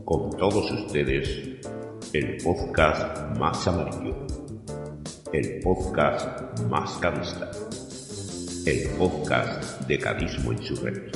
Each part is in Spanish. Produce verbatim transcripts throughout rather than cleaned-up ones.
Con todos ustedes, el podcast más amarillo, el podcast más cadista, el podcast de Cadismo Insurrecto.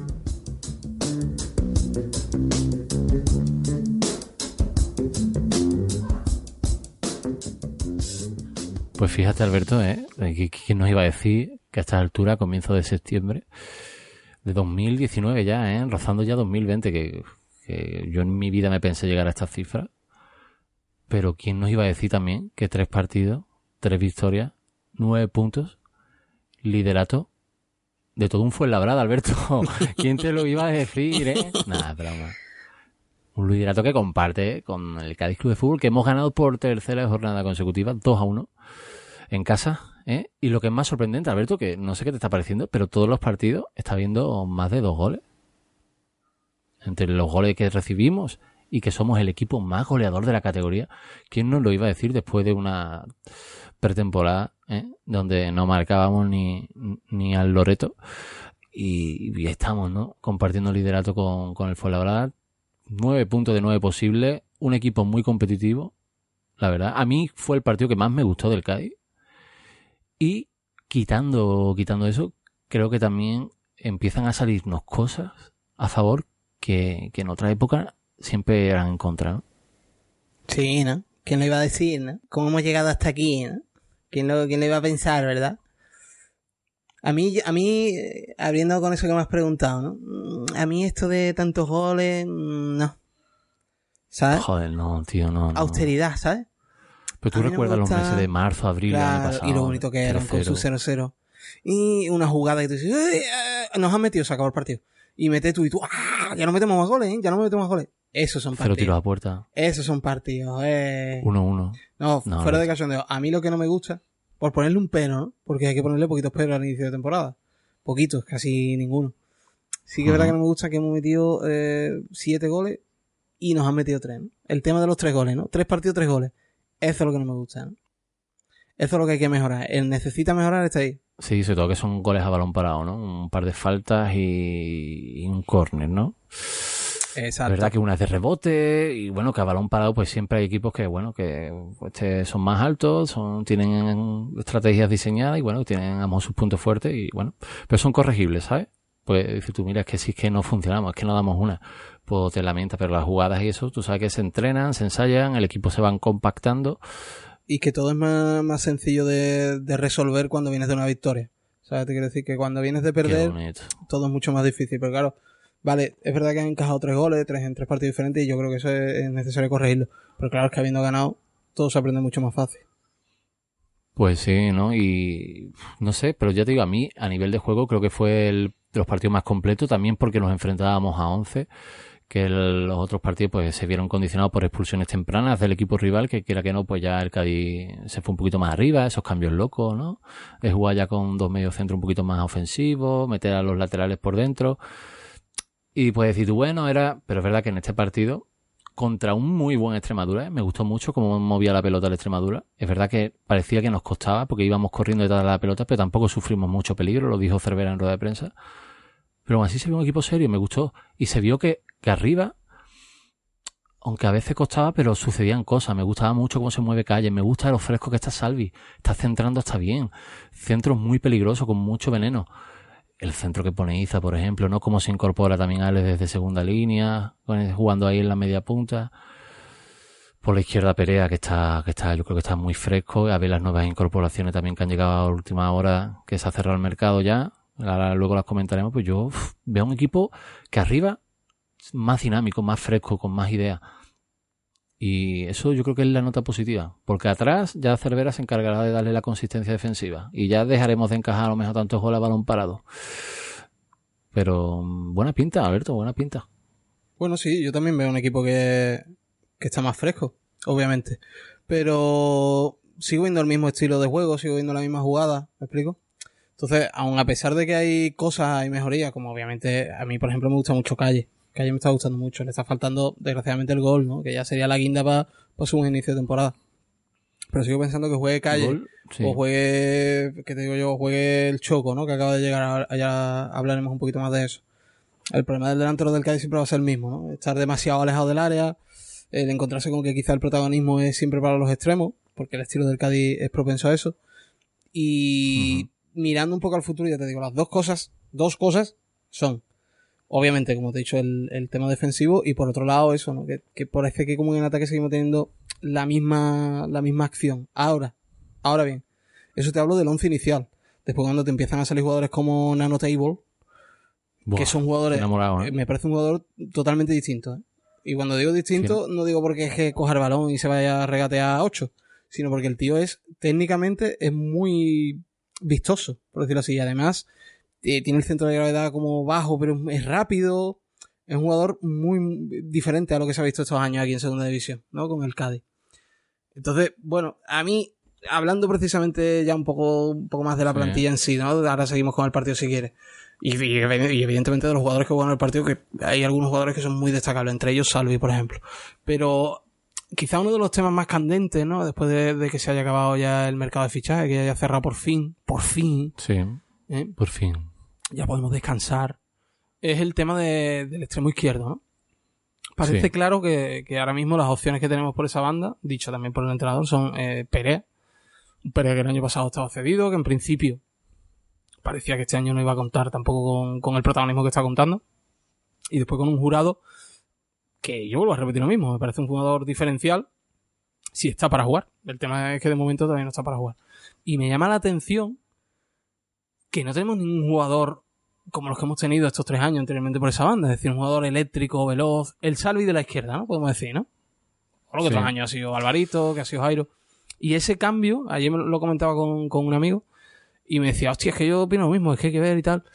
Pues fíjate, Alberto, ¿eh? ¿Quién nos iba a decir que a esta altura, a comienzo de septiembre de dos mil diecinueve ya, ¿eh? Rozando ya dos mil veinte, que, que yo en mi vida me pensé llegar a estas cifras. Pero ¿quién nos iba a decir también que tres partidos, tres victorias, nueve puntos, liderato de todo un Fuenlabrada, Alberto? ¿Quién te lo iba a decir, eh? Nada, broma. Un liderato que comparte con el Cádiz Club de Fútbol, que hemos ganado por tercera jornada consecutiva, dos a uno, en casa, ¿eh? Y lo que es más sorprendente, Alberto, que no sé qué te está pareciendo, pero todos los partidos está habiendo más de dos goles. Entre los goles que recibimos y que somos el equipo más goleador de la categoría. ¿Quién nos lo iba a decir después de una pretemporada, ¿eh? Donde no marcábamos ni, ni al Loreto? Y, y estamos, ¿no? Compartiendo liderato con, con el Fuenlabrada. Nueve puntos de nueve posibles. Un equipo muy competitivo, la verdad. A mí fue el partido que más me gustó del Cádiz. Y quitando, quitando eso, creo que también empiezan a salirnos cosas a favor que, que en otra época siempre eran en contra, ¿no? Sí, ¿no? ¿Quién lo iba a decir, no? ¿Cómo hemos llegado hasta aquí, no? ¿Quién lo, quién lo iba a pensar, verdad? A mí, a mí, abriendo con eso que me has preguntado, ¿no? A mí esto de tantos goles, no. ¿Sabes? Joder, no, tío, no. no. Austeridad, ¿sabes? Pero tú recuerdas no gusta... los meses de marzo, abril, claro, del año pasado. Y lo bonito que eran con su cero cero. Y una jugada que tú dices, ¡eh! Nos han metido, se acabó el partido. Y mete tú y tú, ¡ah! Ya no metemos más goles, ¿eh? Ya no metemos más goles. Esos son partidos. Cero tiros a puerta. Esos son partidos, eh. uno uno. No, no, fuera no. de cachondeo. A mí lo que no me gusta, por ponerle un pero, ¿no? Porque hay que ponerle poquitos peros al inicio de temporada. Poquitos, casi ninguno. Sí que es uh-huh. verdad que no me gusta que hemos metido eh, siete goles y nos han metido tres, ¿no? El tema de los tres goles, ¿no? Tres partidos, tres goles. Eso es lo que no me gusta, ¿no? Eso es lo que hay que mejorar. El necesita mejorar está ahí. Sí, sobre todo que son goles a balón parado, ¿no? Un par de faltas y, y un córner, ¿no? Exacto. La verdad que una es de rebote y bueno, que a balón parado pues siempre hay equipos que, bueno, que pues, son más altos, son tienen estrategias diseñadas y bueno, tienen ambos sus puntos fuertes y bueno, pero son corregibles, ¿sabes? Pues dices tú, mira, es que si es que no funcionamos, es que no damos una, pues te lamentas, pero las jugadas y eso, tú sabes que se entrenan, se ensayan, el equipo se van compactando. Y que todo es más, más sencillo de, de resolver cuando vienes de una victoria. O sea, te quiero decir que cuando vienes de perder, todo es mucho más difícil. Pero claro, vale, es verdad que han encajado tres goles, tres en tres partidos diferentes, y yo creo que eso es, es necesario corregirlo. Pero claro, es que habiendo ganado, todo se aprende mucho más fácil. Pues sí, ¿no? Y no sé, pero ya te digo, a mí, a nivel de juego, creo que fue el de los partidos más completos, también porque nos enfrentábamos a once, que el, los otros partidos pues se vieron condicionados por expulsiones tempranas del equipo rival, que quiera que no, pues ya el Cádiz se fue un poquito más arriba, esos cambios locos, ¿no? De jugar ya con dos mediocentros un poquito más ofensivos, meter a los laterales por dentro. Y pues decir tú, bueno, era, pero es verdad que en este partido, contra un muy buen Extremadura, ¿eh? Me gustó mucho cómo movía la pelota el Extremadura. Es verdad que parecía que nos costaba porque íbamos corriendo detrás de la pelota, pero tampoco sufrimos mucho peligro, lo dijo Cervera en rueda de prensa. Pero aún así se vio un equipo serio, me gustó. Y se vio que, que arriba, aunque a veces costaba, pero sucedían cosas. Me gustaba mucho cómo se mueve Calle, me gusta lo fresco que está Salvi. Está centrando, está bien. Centros muy peligrosos, con mucho veneno. El centro que pone Iza, por ejemplo, ¿no? Cómo se incorpora también Alex desde segunda línea, jugando ahí en la media punta. Por la izquierda Perea, que está, que está, yo creo que está muy fresco. A ver las nuevas incorporaciones también que han llegado a última hora, que se ha cerrado el mercado ya. Ahora luego las comentaremos. Pues yo uf, veo un equipo que arriba, más dinámico, más fresco, con más ideas. Y eso yo creo que es la nota positiva. Porque atrás ya Cervera se encargará de darle la consistencia defensiva. Y ya dejaremos de encajar a lo mejor tantos goles a balón parado. Pero buena pinta, Alberto, buena pinta. Bueno, sí, yo también veo un equipo que, que está más fresco, obviamente. Pero sigo viendo el mismo estilo de juego, sigo viendo la misma jugada, ¿me explico? Entonces, aun a pesar de que hay cosas y mejorías, como obviamente a mí, por ejemplo, me gusta mucho Calle. Calle me está gustando mucho. Le está faltando, desgraciadamente, el gol, ¿no? Que ya sería la guinda para pa su inicio de temporada. Pero sigo pensando que juegue Calle. ¿Gol? Sí. O juegue, ¿qué te digo yo? O juegue el Choco, ¿no? Que acaba de llegar. Allá hablaremos un poquito más de eso. el problema del delantero del Cádiz siempre va a ser el mismo, ¿no? Estar demasiado alejado del área, el encontrarse con que quizá el protagonismo es siempre para los extremos, porque el estilo del Cádiz es propenso a eso. Y uh-huh. mirando un poco al futuro, ya te digo, las dos cosas, dos cosas son, obviamente, como te he dicho, el, el tema defensivo, y por otro lado eso, ¿no? Que, que parece que como en ataque seguimos teniendo la misma, la misma acción. Ahora, ahora bien, eso te hablo del once inicial. Después cuando te empiezan a salir jugadores como Nanotable, Buah, que son jugadores, enamorado, ¿eh? Me parece un jugador totalmente distinto, ¿eh? Y cuando digo distinto, sí. no digo porque es que coja el balón y se vaya a regatear a ocho, sino porque el tío es, técnicamente, es muy vistoso, por decirlo así. Y además, eh, tiene el centro de gravedad como bajo, pero es rápido. Es un jugador muy diferente a lo que se ha visto estos años aquí en Segunda División, ¿no? Con el Cádiz. Entonces, bueno, a mí, hablando precisamente ya un poco, un poco más de la sí. plantilla en sí, ¿no? Ahora seguimos con el partido si quieres. Y, y, y evidentemente de los jugadores que juegan el partido, que hay algunos jugadores que son muy destacables, entre ellos Salvi, por ejemplo. Pero quizá uno de los temas más candentes, ¿no? Después de, de que se haya acabado ya el mercado de fichaje, que haya cerrado por fin, por fin. Sí, ¿eh? Por fin. Ya podemos descansar. Es el tema de, del extremo izquierdo, ¿no? Parece sí. claro que, que ahora mismo las opciones que tenemos por esa banda, dicho también por el entrenador, son eh, Perea. Un Perea que el año pasado estaba cedido, que en principio parecía que este año no iba a contar tampoco con, con el protagonismo que está contando. Y después con un Jurado que yo vuelvo a repetir lo mismo, me parece un jugador diferencial si está para jugar. El tema es que de momento todavía no está para jugar. Y me llama la atención que no tenemos ningún jugador como los que hemos tenido estos tres años anteriormente por esa banda, es decir, un jugador eléctrico, veloz, el Salvi de la izquierda, ¿no? Podemos decir, ¿no? O lo que sí. otros años ha sido Alvarito, que ha sido Jairo. Y ese cambio, ayer lo comentaba con, con un amigo, y me decía, hostia, es que yo opino lo mismo, es que hay que ver y tal.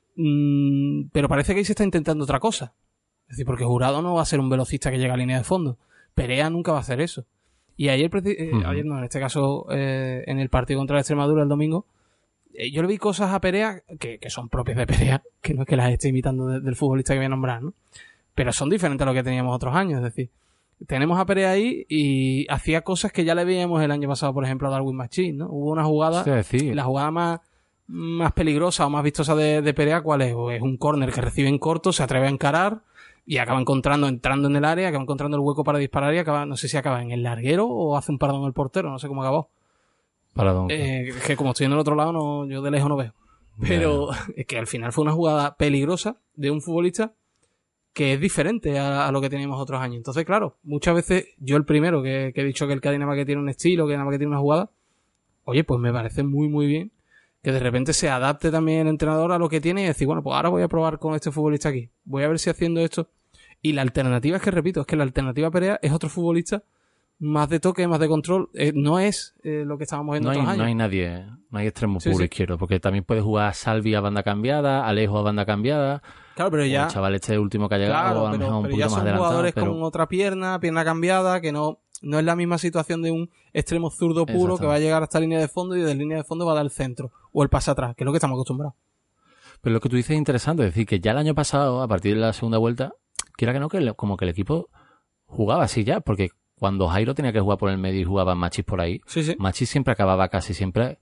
Mm, pero parece que ahí se está intentando otra cosa. Es decir, porque Jurado no va a ser un velocista que llega a línea de fondo. Perea nunca va a hacer eso. Y ayer, eh, uh-huh. ayer no, en este caso, eh, en el partido contra la Extremadura el domingo, yo le vi cosas a Perea que, que son propias de Perea, que no es que las esté imitando de, del futbolista que voy a nombrar, ¿no? Pero son diferentes a lo que teníamos otros años. Es decir, tenemos a Perea ahí y hacía cosas que ya le veíamos el año pasado, por ejemplo, a Darwin Machín, ¿no? Hubo una jugada, sí, la jugada más, más peligrosa o más vistosa de, de Perea, ¿cuál es? O es un córner que recibe en corto, se atreve a encarar y acaba encontrando, entrando en el área, acaba encontrando el hueco para disparar y acaba, no sé si acaba en el larguero o hace un perdón el portero, no sé cómo acabó. Paradón. Eh, que como estoy en el otro lado, no, yo de lejos no veo. Pero yeah. es que al final fue una jugada peligrosa de un futbolista que es diferente a, a lo que teníamos otros años. Entonces, claro, muchas veces yo el primero que, que he dicho que el Cádiz nada más que tiene un estilo, que nada más que tiene una jugada, oye, pues me parece muy muy bien que de repente se adapte también el entrenador a lo que tiene y decir, bueno, pues ahora voy a probar con este futbolista aquí. Voy a ver si haciendo esto. Y la alternativa es que, repito, es que la alternativa a Perea es otro futbolista más de toque, más de control, eh, no es eh, lo que estábamos viendo no otros hay, años. No hay nadie, no hay extremo sí, puro sí. izquierdo, porque también puede jugar Salvi a banda cambiada, Alejo a banda cambiada. Claro, pero ya... el chaval este último que ha llegado, claro, a lo pero, mejor un pero poquito ya más son adelantado. jugadores pero... con otra pierna, pierna cambiada, que no, no es la misma situación de un extremo zurdo puro que va a llegar hasta línea de fondo y desde línea de fondo va a dar el centro, o el pase atrás, que es lo que estamos acostumbrados. Pero lo que tú dices es interesante, es decir, que ya el año pasado, a partir de la segunda vuelta, quiera que no, que el, como que el equipo jugaba así ya, porque cuando Jairo tenía que jugar por el medio y jugaba Machís por ahí, sí, sí. Machís siempre acababa casi siempre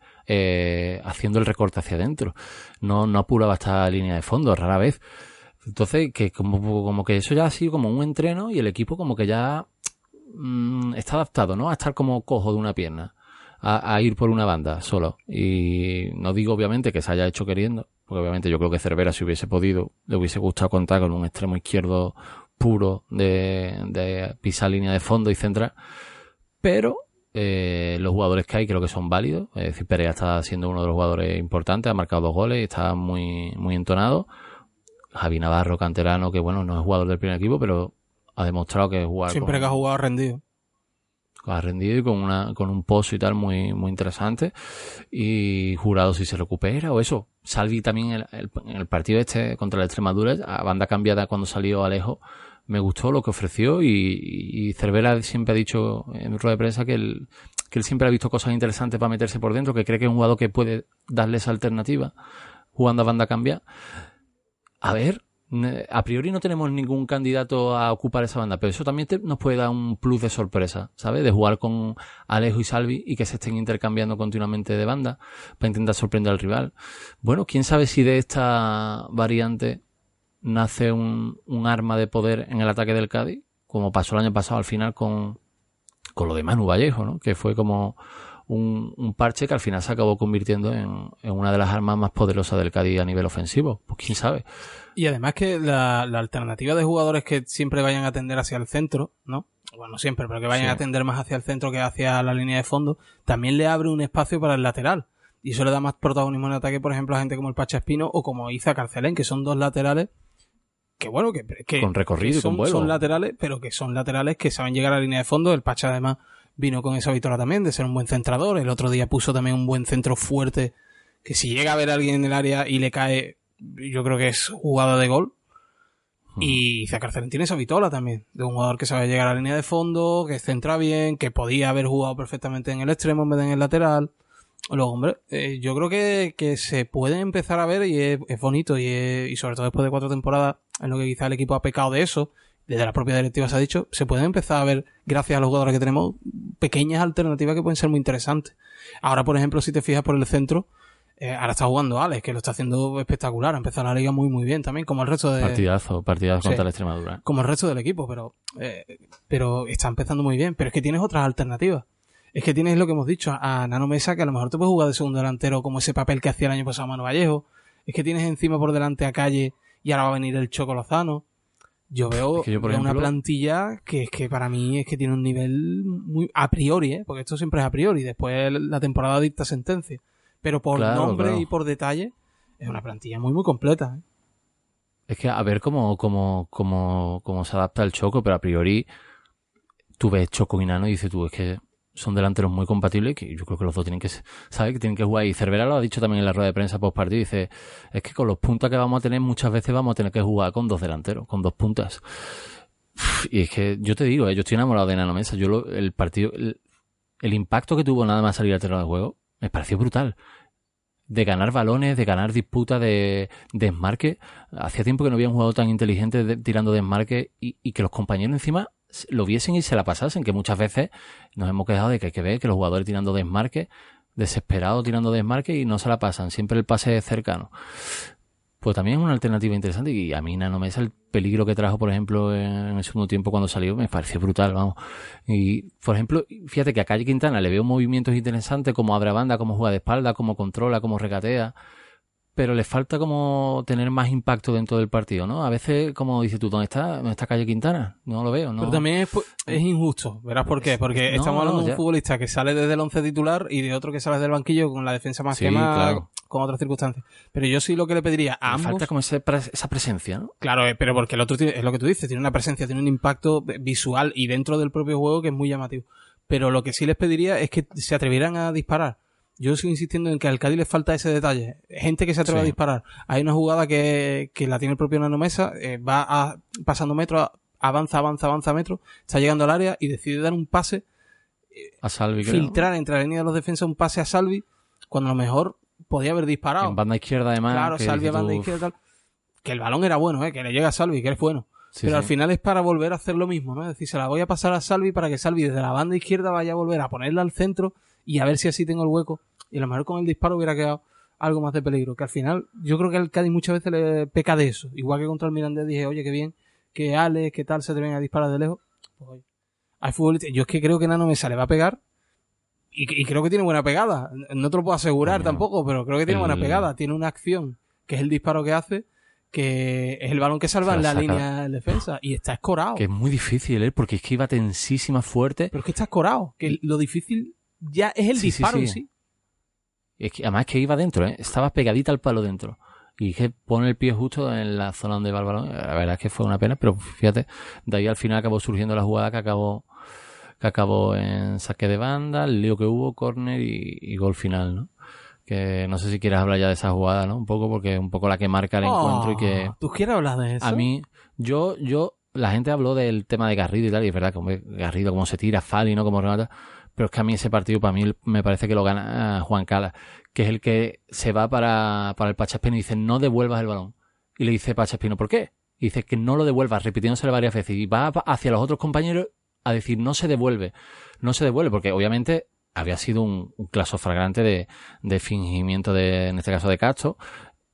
eh, haciendo el recorte hacia adentro. No, no apuraba hasta la línea de fondo, rara vez. Entonces, que como, como que eso ya ha sido como un entreno y el equipo como que ya mmm, está adaptado, ¿no? A estar como cojo de una pierna, a, a ir por una banda solo. Y no digo obviamente que se haya hecho queriendo, porque obviamente yo creo que Cervera, si hubiese podido, le hubiese gustado contar con un extremo izquierdo puro de, de pisar línea de fondo y centrar, pero eh, los jugadores que hay creo que son válidos. Es decir, Perea está siendo uno de los jugadores importantes, ha marcado dos goles y está muy, muy entonado. Javi Navarro, canterano, que bueno, no es jugador del primer equipo, pero ha demostrado que es jugador. Siempre con, que ha jugado rendido. Ha rendido y con una, con un pozo y tal muy, muy interesante. Y Jurado si se recupera o eso. Salvi también en el, el, el partido este contra la Extremadura, a banda cambiada cuando salió Alejo, me gustó lo que ofreció y, y Cervera siempre ha dicho en rueda de prensa que él, que él siempre ha visto cosas interesantes para meterse por dentro, que cree que es un jugador que puede darle esa alternativa jugando a banda cambiada. A ver, a priori no tenemos ningún candidato a ocupar esa banda, pero eso también te, nos puede dar un plus de sorpresa, ¿sabes? De jugar con Alejo y Salvi y que se estén intercambiando continuamente de banda para intentar sorprender al rival. Bueno, quién sabe si de esta variante nace un, un arma de poder en el ataque del Cádiz, como pasó el año pasado al final con, con lo de Manu Vallejo, ¿no? Que fue como un, un parche que al final se acabó convirtiendo en, en una de las armas más poderosas del Cádiz a nivel ofensivo. Pues quién sabe. Y además que la, la alternativa de jugadores que siempre vayan a tender hacia el centro, ¿no? Bueno, no siempre, pero que vayan sí. a tender más hacia el centro que hacia la línea de fondo, también le abre un espacio para el lateral. Y eso le da más protagonismo en ataque, por ejemplo, a gente como el Pacha Espino o como Iza Carcelén, que son dos laterales que, bueno, que, que con recorrido que y son, con vuelo. Son laterales, pero que son laterales que saben llegar a la línea de fondo. El Pacha, además, vino con esa victoria también de ser un buen centrador. El otro día puso también un buen centro fuerte, que si llega a ver a alguien en el área y le cae, yo creo que es jugada de gol. Hmm. Y Iza Carcelén tiene esa vitola también, de un jugador que sabe llegar a la línea de fondo, que centra bien, que podía haber jugado perfectamente en el extremo en vez de en el lateral. Luego, hombre, eh, yo creo que, que se puede empezar a ver y es, es bonito y, es, y sobre todo después de cuatro temporadas en lo que quizá el equipo ha pecado de eso, desde la propia directiva se ha dicho, se pueden empezar a ver, gracias a los jugadores que tenemos, pequeñas alternativas que pueden ser muy interesantes. Ahora, por ejemplo, si te fijas por el centro, eh, ahora está jugando Alex, que lo está haciendo espectacular, ha empezado la liga muy muy bien también, como el resto de... Partidazo, partidazo sí, contra la Extremadura. Como el resto del equipo, pero, eh, pero está empezando muy bien, pero es que tienes otras alternativas. Es que tienes lo que hemos dicho, a Nano Mesa, que a lo mejor te puedes jugar de segundo delantero como ese papel que hacía el año pasado Manu Vallejo. Es que tienes encima por delante a Calle y ahora va a venir el Choco Lozano. Yo veo, es que yo, por veo ejemplo, una plantilla que es que para mí es que tiene un nivel muy a priori, ¿eh? Porque esto siempre es a priori, después la temporada dicta sentencia. Pero por claro, nombre claro. y por detalle, es una plantilla muy muy completa, ¿eh? Es que a ver cómo, cómo, cómo, cómo se adapta el Choco, pero a priori tú ves Choco y Nano y dices tú, es que son delanteros muy compatibles que yo creo que los dos tienen que, ¿sabes? Que tienen que jugar. Y Cervera lo ha dicho también en la rueda de prensa post partido. Dice, es que con los puntas que vamos a tener muchas veces vamos a tener que jugar con dos delanteros, con dos puntas. Y es que yo te digo, eh, yo estoy enamorado de Nano Mesa. Yo lo, el partido, el, el impacto que tuvo nada más salir al terreno de juego me pareció brutal. De ganar balones, de ganar disputas, de, de desmarque. Hacía tiempo que no habían jugado tan inteligentes de, tirando desmarque y, y que los compañeros encima lo viesen y se la pasasen, que muchas veces nos hemos quejado de que hay que ver que los jugadores tirando desmarque, desesperados tirando desmarque y no se la pasan, siempre el pase es cercano. Pues también es una alternativa interesante y a mí Nano Mesa el peligro que trajo, por ejemplo, en el segundo tiempo cuando salió me pareció brutal, vamos. Y, por ejemplo, fíjate que a Calle Quintana le veo movimientos interesantes, como abre banda, como juega de espalda, como controla, como regatea, pero le falta como tener más impacto dentro del partido, ¿no? A veces, como dices tú, ¿dónde está, ¿dónde está Calle Quintana? No lo veo, ¿no? Pero también es, es injusto, ¿verás por qué? Porque no, estamos hablando no, de un futbolista que sale desde el once titular y de otro que sale del banquillo con la defensa más sí, quemada, claro. con otras circunstancias. Pero yo sí lo que le pediría a ambos... falta como ese, esa presencia, ¿no? Claro, pero porque el otro tiene, es lo que tú dices, tiene una presencia, tiene un impacto visual y dentro del propio juego que es muy llamativo. Pero lo que sí les pediría es que se atrevieran a disparar. Yo sigo insistiendo en que al Cádiz le falta ese detalle. Gente que se atreve sí. a disparar. Hay una jugada que, que la tiene el propio Nano Mesa, eh, va a, pasando metros, avanza, avanza, avanza metros, está llegando al área y decide dar un pase, eh, a Salvi, filtrar creo. entre la línea de los defensas un pase a Salvi, cuando a lo mejor podía haber disparado. En banda izquierda además. Claro, que Salvi a banda tú... izquierda tal. Que el balón era bueno, eh, que le llega a Salvi, que es bueno. Sí, pero sí. al final es para volver a hacer lo mismo, ¿no? Es decir, se la voy a pasar a Salvi para que Salvi desde la banda izquierda vaya a volver a ponerla al centro y a ver si así tengo el hueco. Y a lo mejor con el disparo hubiera quedado algo más de peligro. Que al final, yo creo que al Cádiz muchas veces le peca de eso. Igual que contra el Mirandés dije, oye, qué bien, que Alex, que tal, se atreven a disparar de lejos. Pues oye, hay futbolistas. Yo es que creo que Nano Mesa le va a pegar. Y, y creo que tiene buena pegada. No te lo puedo asegurar bueno, tampoco, pero creo que tiene el... buena pegada. Tiene una acción, que es el disparo que hace, que es el balón que salva en la saca. línea de defensa. Y está escorado. Que es muy difícil, ¿eh? Porque es que iba tensísima, fuerte. Pero es que está escorado. Que lo difícil ya es el sí, disparo sí, sí. en sí. Es que, además que iba dentro, ¿eh? Estaba pegadita al palo dentro. Y que pone el pie justo en la zona donde va el balón. La verdad es que fue una pena, pero fíjate, de ahí al final acabó surgiendo la jugada que acabó que acabó en saque de banda, el lío que hubo, córner y, y gol final, ¿no? Que no sé si quieres hablar ya de esa jugada, ¿no? Un poco, porque es un poco la que marca el oh, encuentro y que... ¿Tú quieres hablar de eso? A mí, yo, yo, la gente habló del tema de Garrido y tal, y es verdad que Garrido cómo se tira, Fali, ¿no? Cómo remata... Pero es que a mí ese partido, para mí, me parece que lo gana Juan Cala, que es el que se va para, para el Pacha Espino y dice, no devuelvas el balón. Y le dice Pacha Espino, ¿por qué? Y dice que no lo devuelvas, repitiéndoselo varias veces. Y va hacia los otros compañeros a decir, no se devuelve. No se devuelve, porque obviamente había sido un, un caso flagrante de, de fingimiento, de, en este caso de Castro.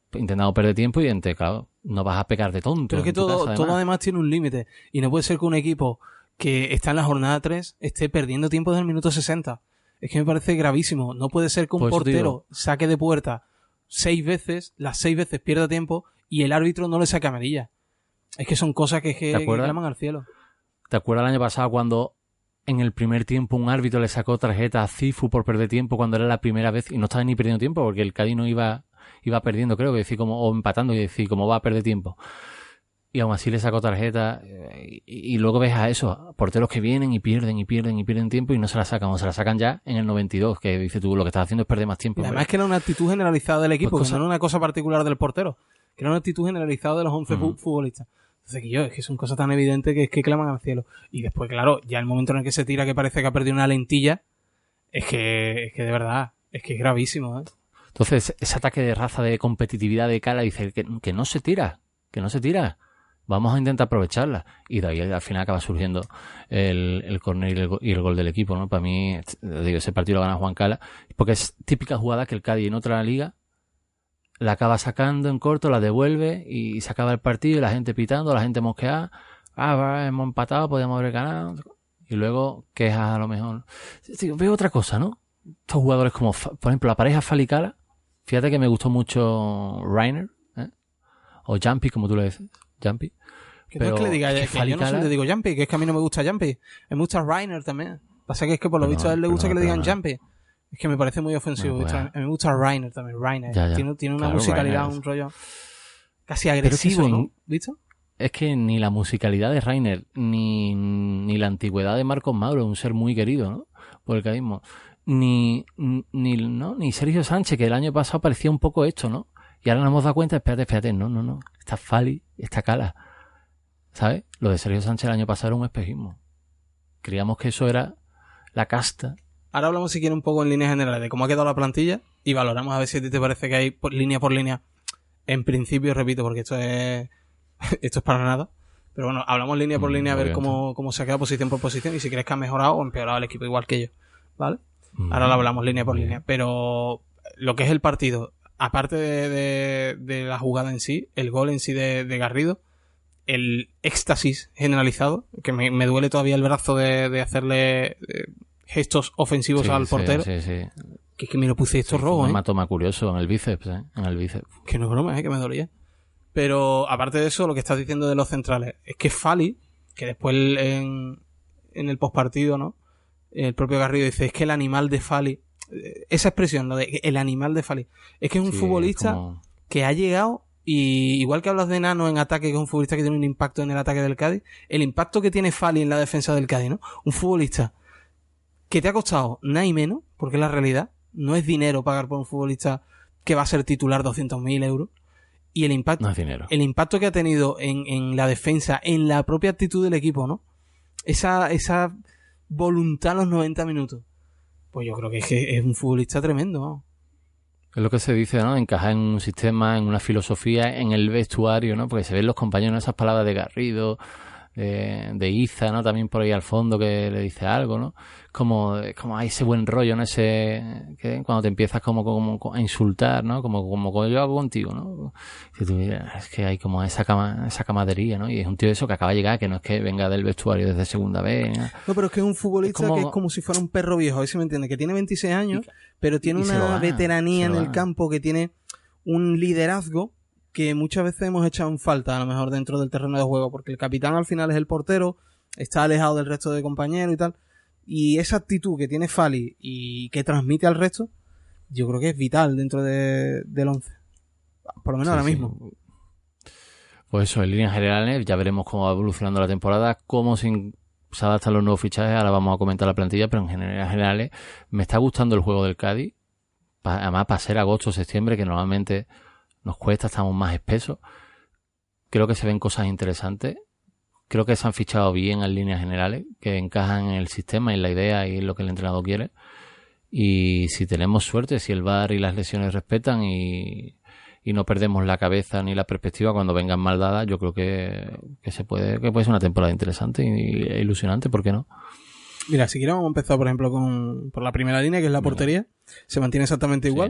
intentando perder tiempo y entre, claro, no vas a pecar de tonto. Pero es que todo, además. todo además tiene un límite. Y no puede ser que un equipo que está en la jornada tres esté perdiendo tiempo desde el minuto sesenta. Es que me parece gravísimo. No puede ser que un Pues portero saque de puerta seis veces, las seis veces pierda tiempo y el árbitro no le saque amarilla. Es que son cosas que, que, que claman al cielo. ¿Te acuerdas el año pasado cuando en el primer tiempo un árbitro le sacó tarjeta a Cifu por perder tiempo cuando era la primera vez y no estaba ni perdiendo tiempo porque el Cádiz no iba iba perdiendo, creo que decir como o empatando y decir como va a perder tiempo? Y aún así le sacó tarjeta y, y luego ves a eso, porteros que vienen y pierden y pierden y pierden tiempo y no se la sacan, o se la sacan ya en el noventa y dos, que dices tú, lo que estás haciendo es perder más tiempo. Y además es que era una actitud generalizada del equipo, pues cosa... que no era una cosa particular del portero, que era una actitud generalizada de los once uh-huh. futbolistas. Entonces que yo, es que son cosas tan evidentes que es que claman al cielo. Y después, claro, ya el momento en el que se tira que parece que ha perdido una lentilla, es que, es que de verdad, es que es gravísimo, ¿eh? Entonces, ese ataque de raza de competitividad de Cala dice que, que no se tira, que no se tira. Vamos a intentar aprovecharla. Y de ahí al final acaba surgiendo el, el córner y el, y el gol del equipo, ¿no? Para mí, digo, ese partido lo gana Juan Cala, porque es típica jugada que el Cádiz en otra liga la acaba sacando en corto, la devuelve y se acaba el partido y la gente pitando, la gente mosqueada. Ah, va, hemos empatado, podíamos haber ganado. Y luego quejas a lo mejor. Digo, veo otra cosa, ¿no? Estos jugadores como, por ejemplo, la pareja Fali Cala. Fíjate que me gustó mucho Reiner, ¿eh? O Jumpy, como tú le dices. Jumpy. Que no es que le diga, que, que yo no le digo Jumpy, que es que a mí no me gusta Jumpy. Me gusta Reiner también. Pasa que es que por lo visto a él le gusta que le digan Jumpy. Es que me parece muy ofensivo. No, pues, me gusta Reiner también, Reiner. Ya, ya. Tiene, tiene una claro, musicalidad, Reiner. Un rollo casi agresivo, es ¿no? ¿Visto? Es que ni la musicalidad de Reiner, ni, ni la antigüedad de Marcos Mauro, un ser muy querido, ¿no? Por el cadismo. Ni, ni, ¿no? Ni Sergio Sánchez, que el año pasado parecía un poco esto, ¿no? Y ahora nos hemos dado cuenta, espérate, espérate, no, no, no. Está Fali, está Cala. ¿Sabes? Lo de Sergio Sánchez el año pasado era un espejismo. Creíamos que eso era la casta. Ahora hablamos si quieres un poco en líneas generales de cómo ha quedado la plantilla y valoramos a ver si a ti te parece que hay por, línea por línea. En principio, repito, porque esto es esto es para nada. Pero bueno, hablamos línea por línea mm, a ver cómo, cómo se ha quedado posición por posición y si crees que ha mejorado o empeorado el equipo igual que yo. ¿Vale? Mm, Ahora lo hablamos línea por línea. Pero lo que es el partido, aparte de, de, de la jugada en sí, el gol en sí de, de Garrido, el éxtasis generalizado, que me, me duele todavía el brazo de, de hacerle eh, gestos ofensivos sí, al portero. Sí, sí, sí. Que es que me lo puse esto sí, rojo, un ¿eh? Un hematoma curioso en el bíceps, ¿eh? En el bíceps. Que no es broma, ¿eh? Que me dolía. Pero aparte de eso, lo que estás diciendo de los centrales, es que Fali, que después en, en el postpartido, ¿no? El propio Garrido dice, es que el animal de Fali, esa expresión, lo de el animal de Fali, es que es un sí, futbolista es como... que ha llegado y igual que hablas de Nano en ataque, que es un futbolista que tiene un impacto en el ataque del Cádiz, el impacto que tiene Fali en la defensa del Cádiz, ¿no? Un futbolista que te ha costado nada y menos, porque es la realidad, no es dinero pagar por un futbolista que va a ser titular doscientos mil euros, y el impacto, no es dinero. El impacto que ha tenido en, en la defensa, en la propia actitud del equipo, ¿no? Esa, esa voluntad a los noventa minutos. Pues yo creo que es, que es un futbolista tremendo, ¿no? Es lo que se dice, ¿no? Encajar en un sistema, en una filosofía, en el vestuario, ¿no? Porque se ven los compañeros, esas palabras de Garrido, de, de Iza, ¿no? También por ahí al fondo que le dice algo, ¿no? Como, como hay ese buen rollo, ¿no? Ese, que cuando te empiezas como, como a insultar, ¿no? Como, como yo hago contigo, ¿no? Y tú, es que hay como esa cama, esa camadería, ¿no? Y es un tío eso que acaba de llegar, que no es que venga del vestuario desde segunda vez, ¿no? No, pero es que es un futbolista es como... que es como si fuera un perro viejo, a ver si me entiendes, que tiene veintiséis años, y, pero tiene una gana, veteranía en el campo, que tiene un liderazgo que muchas veces hemos echado en falta, a lo mejor dentro del terreno de juego, porque el capitán al final es el portero, está alejado del resto de compañeros y tal, y esa actitud que tiene Fali y que transmite al resto, yo creo que es vital dentro de, del once, por lo menos sí, ahora sí. mismo. Pues eso, en líneas generales, ya veremos cómo va evolucionando la temporada, cómo se, se adaptan los nuevos fichajes, ahora vamos a comentar la plantilla, pero en líneas generales me está gustando el juego del Cádiz, pa, además para ser agosto o septiembre, que normalmente nos cuesta, estamos más espesos. Creo que se ven cosas interesantes. Creo que se han fichado bien en líneas generales, que encajan en el sistema, en la idea y en lo que el entrenador quiere. Y si tenemos suerte, si el V A R y las lesiones respetan y, y no perdemos la cabeza ni la perspectiva cuando vengan mal dadas, yo creo que, que se puede, que puede ser una temporada interesante e ilusionante, ¿por qué no? Mira, si quieres vamos a empezar, por ejemplo, con por la primera línea, que es la portería. Se mantiene exactamente igual. Sí.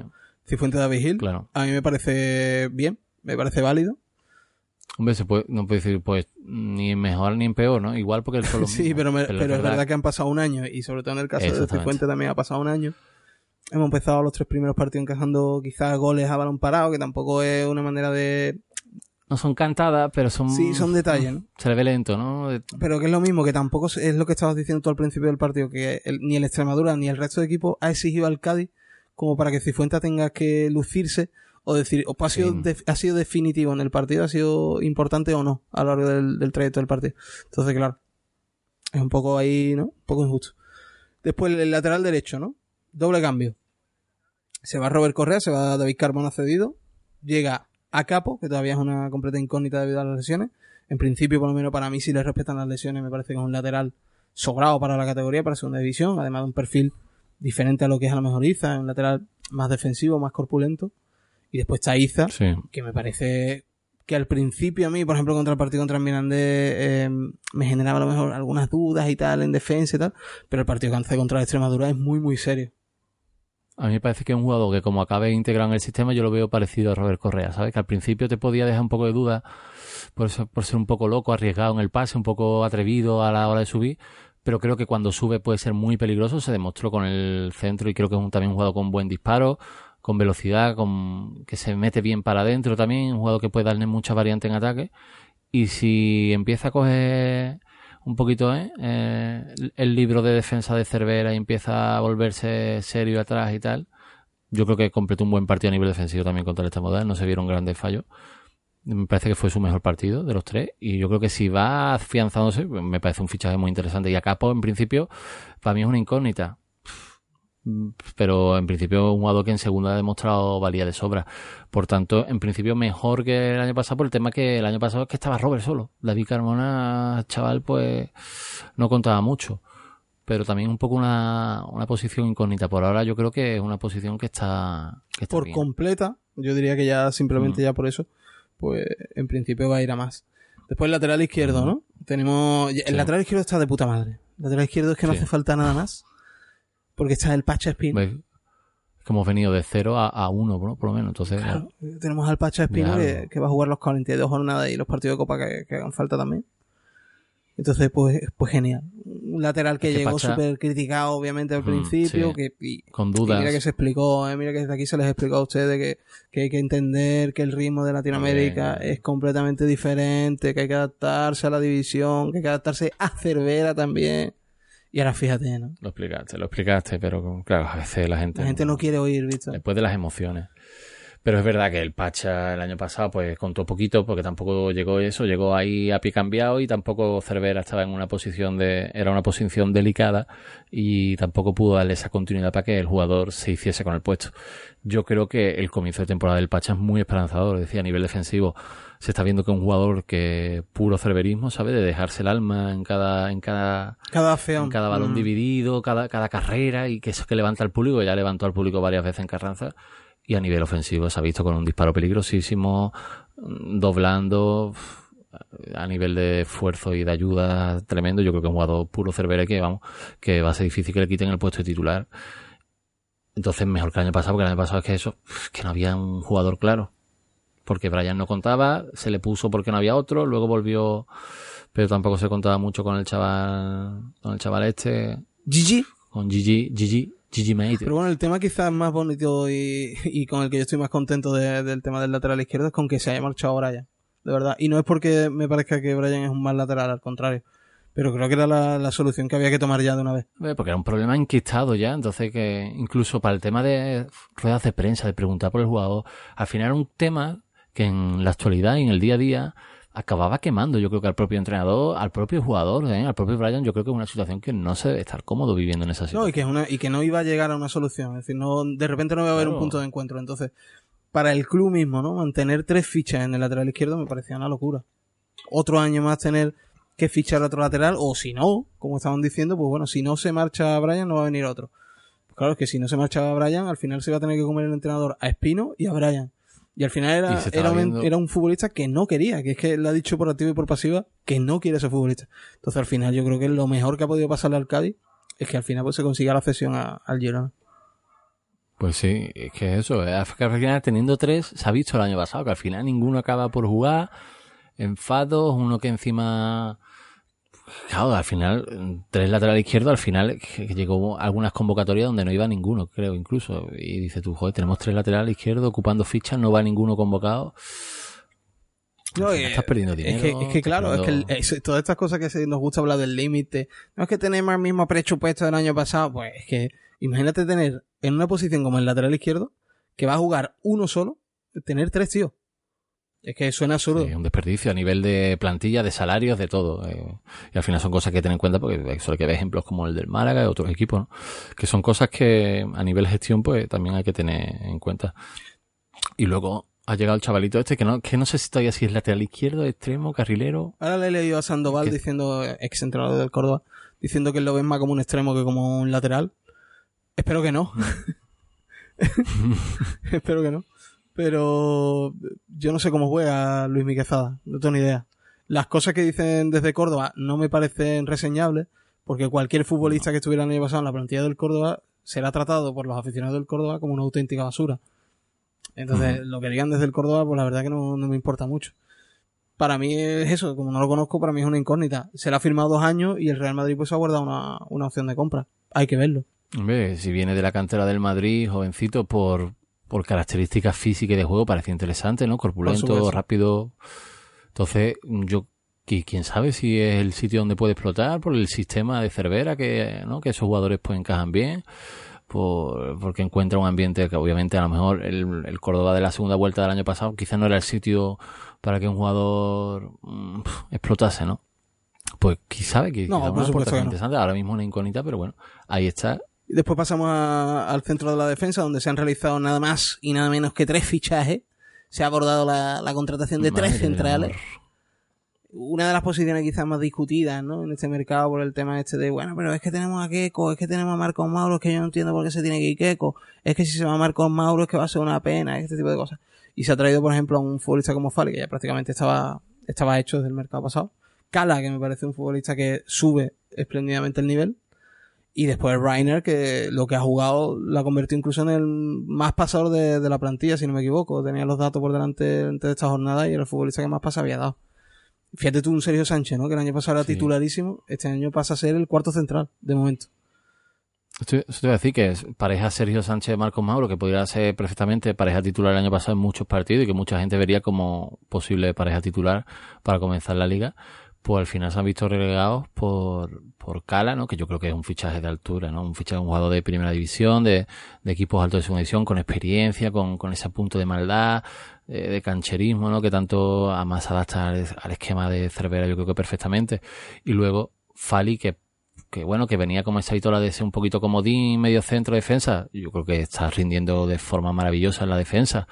Cifuentes David Gil, claro. A mí me parece bien, me parece válido. Hombre, se puede, no puede decir, pues, ni en mejor ni en peor, ¿no? Igual porque son los Sí, mismos, pero, me, pero, pero es, es verdad... verdad que han pasado un año, y sobre todo en el caso de Cifuentes también ha pasado un año. Hemos empezado los tres primeros partidos encajando quizás goles a balón parado, que tampoco es una manera de... No son cantadas, pero son... Sí, son detalles, ¿no? Se le ve lento, ¿no? De... Pero que es lo mismo, que tampoco es lo que estabas diciendo tú al principio del partido, que el, ni el Extremadura ni el resto de equipos ha exigido al Cádiz como para que Cifuentes tenga que lucirse o decir, o ha sido, sí. de, ha sido definitivo en el partido, ha sido importante o no a lo largo del, del trayecto del partido. Entonces, claro, es un poco ahí, ¿no? Un poco injusto. Después el lateral derecho, ¿no? Doble cambio. Se va Robert Correa, se va David Carmona cedido, llega a Capo, que todavía es una completa incógnita debido a las lesiones. En principio, por lo menos para mí, si le respetan las lesiones, me parece que es un lateral sobrado para la categoría, para segunda división, además de un perfil diferente a lo que es a lo mejor Iza, un lateral más defensivo, más corpulento. Y después está Iza, sí. que me parece que al principio a mí, por ejemplo, contra el partido contra el Mirandés, eh, me generaba a lo mejor algunas dudas y tal en defensa y tal, pero el partido que hace contra la Extremadura es muy, muy serio. A mí me parece que es un jugador que como acabe integrado en el sistema, yo lo veo parecido a Robert Correa, ¿sabes? Que al principio te podía dejar un poco de duda por, eso, por ser un poco loco, arriesgado en el pase, un poco atrevido a la hora de subir, pero creo que cuando sube puede ser muy peligroso, se demostró con el centro y creo que es un, también un jugador con buen disparo, con velocidad, con que se mete bien para adentro también, un jugador que puede darle mucha variante en ataque, y si empieza a coger un poquito ¿eh? Eh, el libro de defensa de Cervera y empieza a volverse serio atrás y tal, yo creo que completó un buen partido a nivel defensivo también contra el Extremadura, no se vieron grandes fallos, me parece que fue su mejor partido de los tres, y yo creo que si va afianzándose, me parece un fichaje muy interesante. Y a Capo, en principio, para mí es una incógnita, pero en principio un jugador que en segunda ha demostrado valía de sobra. Por tanto, en principio mejor que el año pasado, por el tema que el año pasado es que estaba Robert solo. David Carmona, chaval, pues no contaba mucho. Pero también un poco una, una posición incógnita. Por ahora yo creo que es una posición que está, que está por bien. Completa, yo diría que ya simplemente mm. ya por eso, pues en principio va a ir a más. Después el lateral izquierdo, mm. ¿no? Tenemos... El sí. lateral izquierdo está de puta madre. El lateral izquierdo es que no sí. hace falta nada más. Porque está el Pacha Espino. Es que hemos venido de cero a, a uno, ¿no? Por lo menos. Entonces, claro, ya. Tenemos al Pacha Espino que, que va a jugar los cuarenta y dos jornadas y los partidos de Copa que, que hagan falta también. Entonces, pues, pues genial. Un lateral que, que llegó súper criticado, obviamente, al mm, principio. Sí. Que, y, Con dudas. Y mira que se explicó, ¿eh? Mira que desde aquí se les explicó a ustedes que, que hay que entender que el ritmo de Latinoamérica bien. es completamente diferente, que hay que adaptarse a la división, que hay que adaptarse a Cervera también. Y ahora fíjate, ¿no? Lo explicaste, lo explicaste, pero claro, a veces la gente... La gente no, no quiere oír, ¿viste? Después de las emociones. Pero es verdad que el Pacha el año pasado pues contó poquito porque tampoco llegó eso, llegó ahí a pie cambiado y tampoco Cervera estaba en una posición de... Era una posición delicada y tampoco pudo darle esa continuidad para que el jugador se hiciese con el puesto. Yo creo que el comienzo de temporada del Pacha es muy esperanzador, decía, a nivel defensivo. Se está viendo que es un jugador que puro cerverismo, ¿sabes? De dejarse el alma en cada en cada cada, feón. En cada balón mm. dividido, cada cada carrera, y que eso que levanta al público, ya levantó al público varias veces en Carranza, y a nivel ofensivo se ha visto con un disparo peligrosísimo, doblando a nivel de esfuerzo y de ayuda tremendo. Yo creo que es un jugador puro Cervera que vamos, que va a ser difícil que le quiten el puesto de titular. Entonces mejor que el año pasado, porque el año pasado es que eso, que no había un jugador claro. Porque Brian no contaba, se le puso porque no había otro, luego volvió, pero tampoco se contaba mucho con el chaval, con el chaval este. Gigi. Con Gigi, Gigi, Gigi Mate. Pero bueno, el tema quizás más bonito y, y con el que yo estoy más contento de, del tema del lateral izquierdo es con que se haya marchado Brian, de verdad. Y no es porque me parezca que Brian es un mal lateral, al contrario. Pero creo que era la, la solución que había que tomar ya de una vez. Porque era un problema enquistado ya, entonces que incluso para el tema de ruedas de prensa, de preguntar por el jugador, al final era un tema que en la actualidad y en el día a día acababa quemando, yo creo que al propio entrenador, al propio jugador, ¿eh? al propio Brian. Yo creo que es una situación que no se debe estar cómodo viviendo en esa situación. No, y que, es una, y que no iba a llegar a una solución, es decir, no, de repente no iba a haber claro. un punto de encuentro. Entonces, para el club mismo, ¿no? Mantener tres fichas en el lateral izquierdo me parecía una locura. Otro año más tener que fichar otro lateral, o si no, como estaban diciendo, pues bueno, si no se marcha Brian, no va a venir otro. Pues claro, es que si no se marcha Brian, al final se va a tener que comer el entrenador a Espino y a Brian. Y al final era, era, un, era un futbolista que no quería, que es que le ha dicho por activa y por pasiva que no quiere ser futbolista. Entonces al final yo creo que lo mejor que ha podido pasarle al Cádiz es que al final pues se consiga la cesión a, al Girona. Pues sí, es que eso, es que al final teniendo tres, se ha visto el año pasado, que al final ninguno acaba por jugar, enfados, uno que encima... Claro, al final, tres lateral izquierdo, al final que llegó algunas convocatorias donde no iba ninguno, creo, incluso. Y dice tú, joder, tenemos tres lateral izquierdo ocupando fichas, no va ninguno convocado. No, final, eh, estás perdiendo dinero. Es que, es que claro, perdiendo... es que el, es, todas estas cosas que se, nos gusta hablar del límite, no es que tenemos el mismo presupuesto del año pasado, pues es que imagínate tener en una posición como el lateral izquierdo, que va a jugar uno solo, tener tres tíos. Es que suena absurdo. Sí, un desperdicio a nivel de plantilla, de salarios, de todo. Eh, y al final son cosas que tener en cuenta porque solo que ver ejemplos como el del Málaga y otros equipos, ¿no? Que son cosas que a nivel gestión pues también hay que tener en cuenta. Y luego ha llegado el chavalito este que no, que no sé si todavía si es lateral izquierdo, extremo, carrilero. Ahora le he leído a Sandoval que... diciendo, ex entrenador del Córdoba, diciendo que él lo ve más como un extremo que como un lateral. Espero que no. Espero que no. Pero yo no sé cómo juega Luis Miquezada, no tengo ni idea. Las cosas que dicen desde Córdoba no me parecen reseñables, porque cualquier futbolista que estuviera el año pasado en la plantilla del Córdoba será tratado por los aficionados del Córdoba como una auténtica basura. Entonces, uh-huh. lo que digan desde el Córdoba, pues la verdad que no, no me importa mucho. Para mí es eso, como no lo conozco, para mí es una incógnita. Se le ha firmado dos años y el Real Madrid pues ha guardado una, una opción de compra. Hay que verlo. Hombre, si viene de la cantera del Madrid, jovencito, por... por características físicas y de juego parece interesante, ¿no? Corpulento, rápido. Entonces, yo, quién sabe si es el sitio donde puede explotar por el sistema de Cervera, que, ¿no? Que esos jugadores pues encajan bien, por, porque encuentra un ambiente que obviamente a lo mejor el, el Córdoba de la segunda vuelta del año pasado quizás no era el sitio para que un jugador mmm, explotase, ¿no? Pues quién sabe, que no, quizás una aportación no. interesante, ahora mismo una incógnita, pero bueno, ahí está. Después pasamos a, al centro de la defensa, donde se han realizado nada más y nada menos que tres fichajes. Se ha abordado la, la contratación de Madre tres centrales. Una de las posiciones quizás más discutidas, ¿no? En este mercado por el tema este de, bueno, pero es que tenemos a Keco, es que tenemos a Marcos Mauro, es que yo no entiendo por qué se tiene que ir Keco, es que si se va a Marcos Mauro es que va a ser una pena, este tipo de cosas. Y se ha traído, por ejemplo, a un futbolista como Fali, que ya prácticamente estaba, estaba hecho desde el mercado pasado. Cala, que me parece un futbolista que sube espléndidamente el nivel. Y después Reiner, que lo que ha jugado lo ha convertido incluso en el más pasador de, de la plantilla, si no me equivoco. Tenía los datos por delante antes de esta jornada y era el futbolista que más pasa había dado. Fíjate tú, un Sergio Sánchez, ¿no? Que el año pasado era sí. titularísimo. Este año pasa a ser el cuarto central, de momento. Esto, esto te voy a decir que es pareja Sergio Sánchez-Marcos Mauro, que podría ser perfectamente pareja titular el año pasado en muchos partidos y que mucha gente vería como posible pareja titular para comenzar la liga. Pues al final se han visto relegados por, por Cala, ¿no? Que yo creo que es un fichaje de altura, ¿no? Un fichaje de un jugador de primera división, de, de equipos altos de segunda división, con experiencia, con, con ese punto de maldad, de, de cancherismo, ¿no? Que tanto además se adapta al, al esquema de Cervera, yo creo que perfectamente. Y luego Fali, que, que bueno, que venía como esa vitola de ser un poquito comodín, medio centro defensa. Yo creo que está rindiendo de forma maravillosa en la defensa.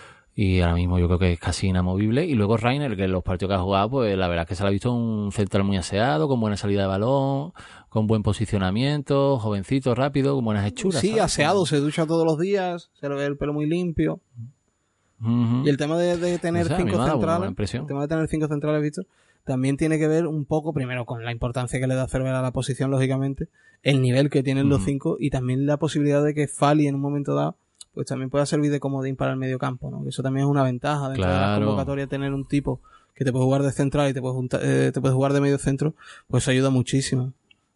Y ahora mismo yo creo que es casi inamovible. Y luego Reiner, que en los partidos que ha jugado, pues la verdad es que se le ha visto un central muy aseado, con buena salida de balón, con buen posicionamiento, jovencito, rápido, con buenas hechuras. Sí, ¿sabes? aseado, se ducha todos los días, se le ve el pelo muy limpio. Uh-huh. Y el tema de, de tener no sé, cinco centrales, el tema de tener cinco centrales, Víctor, también tiene que ver un poco, primero, con la importancia que le da Cervera a la posición, lógicamente, el nivel que tienen uh-huh. los cinco, y también la posibilidad de que Fali en un momento dado pues también puede servir de comodín para el medio campo, ¿no? Que eso también es una ventaja dentro claro. de la convocatoria, tener un tipo que te puede jugar de central y te puede, juntar, eh, te puede jugar de medio centro, pues ayuda muchísimo.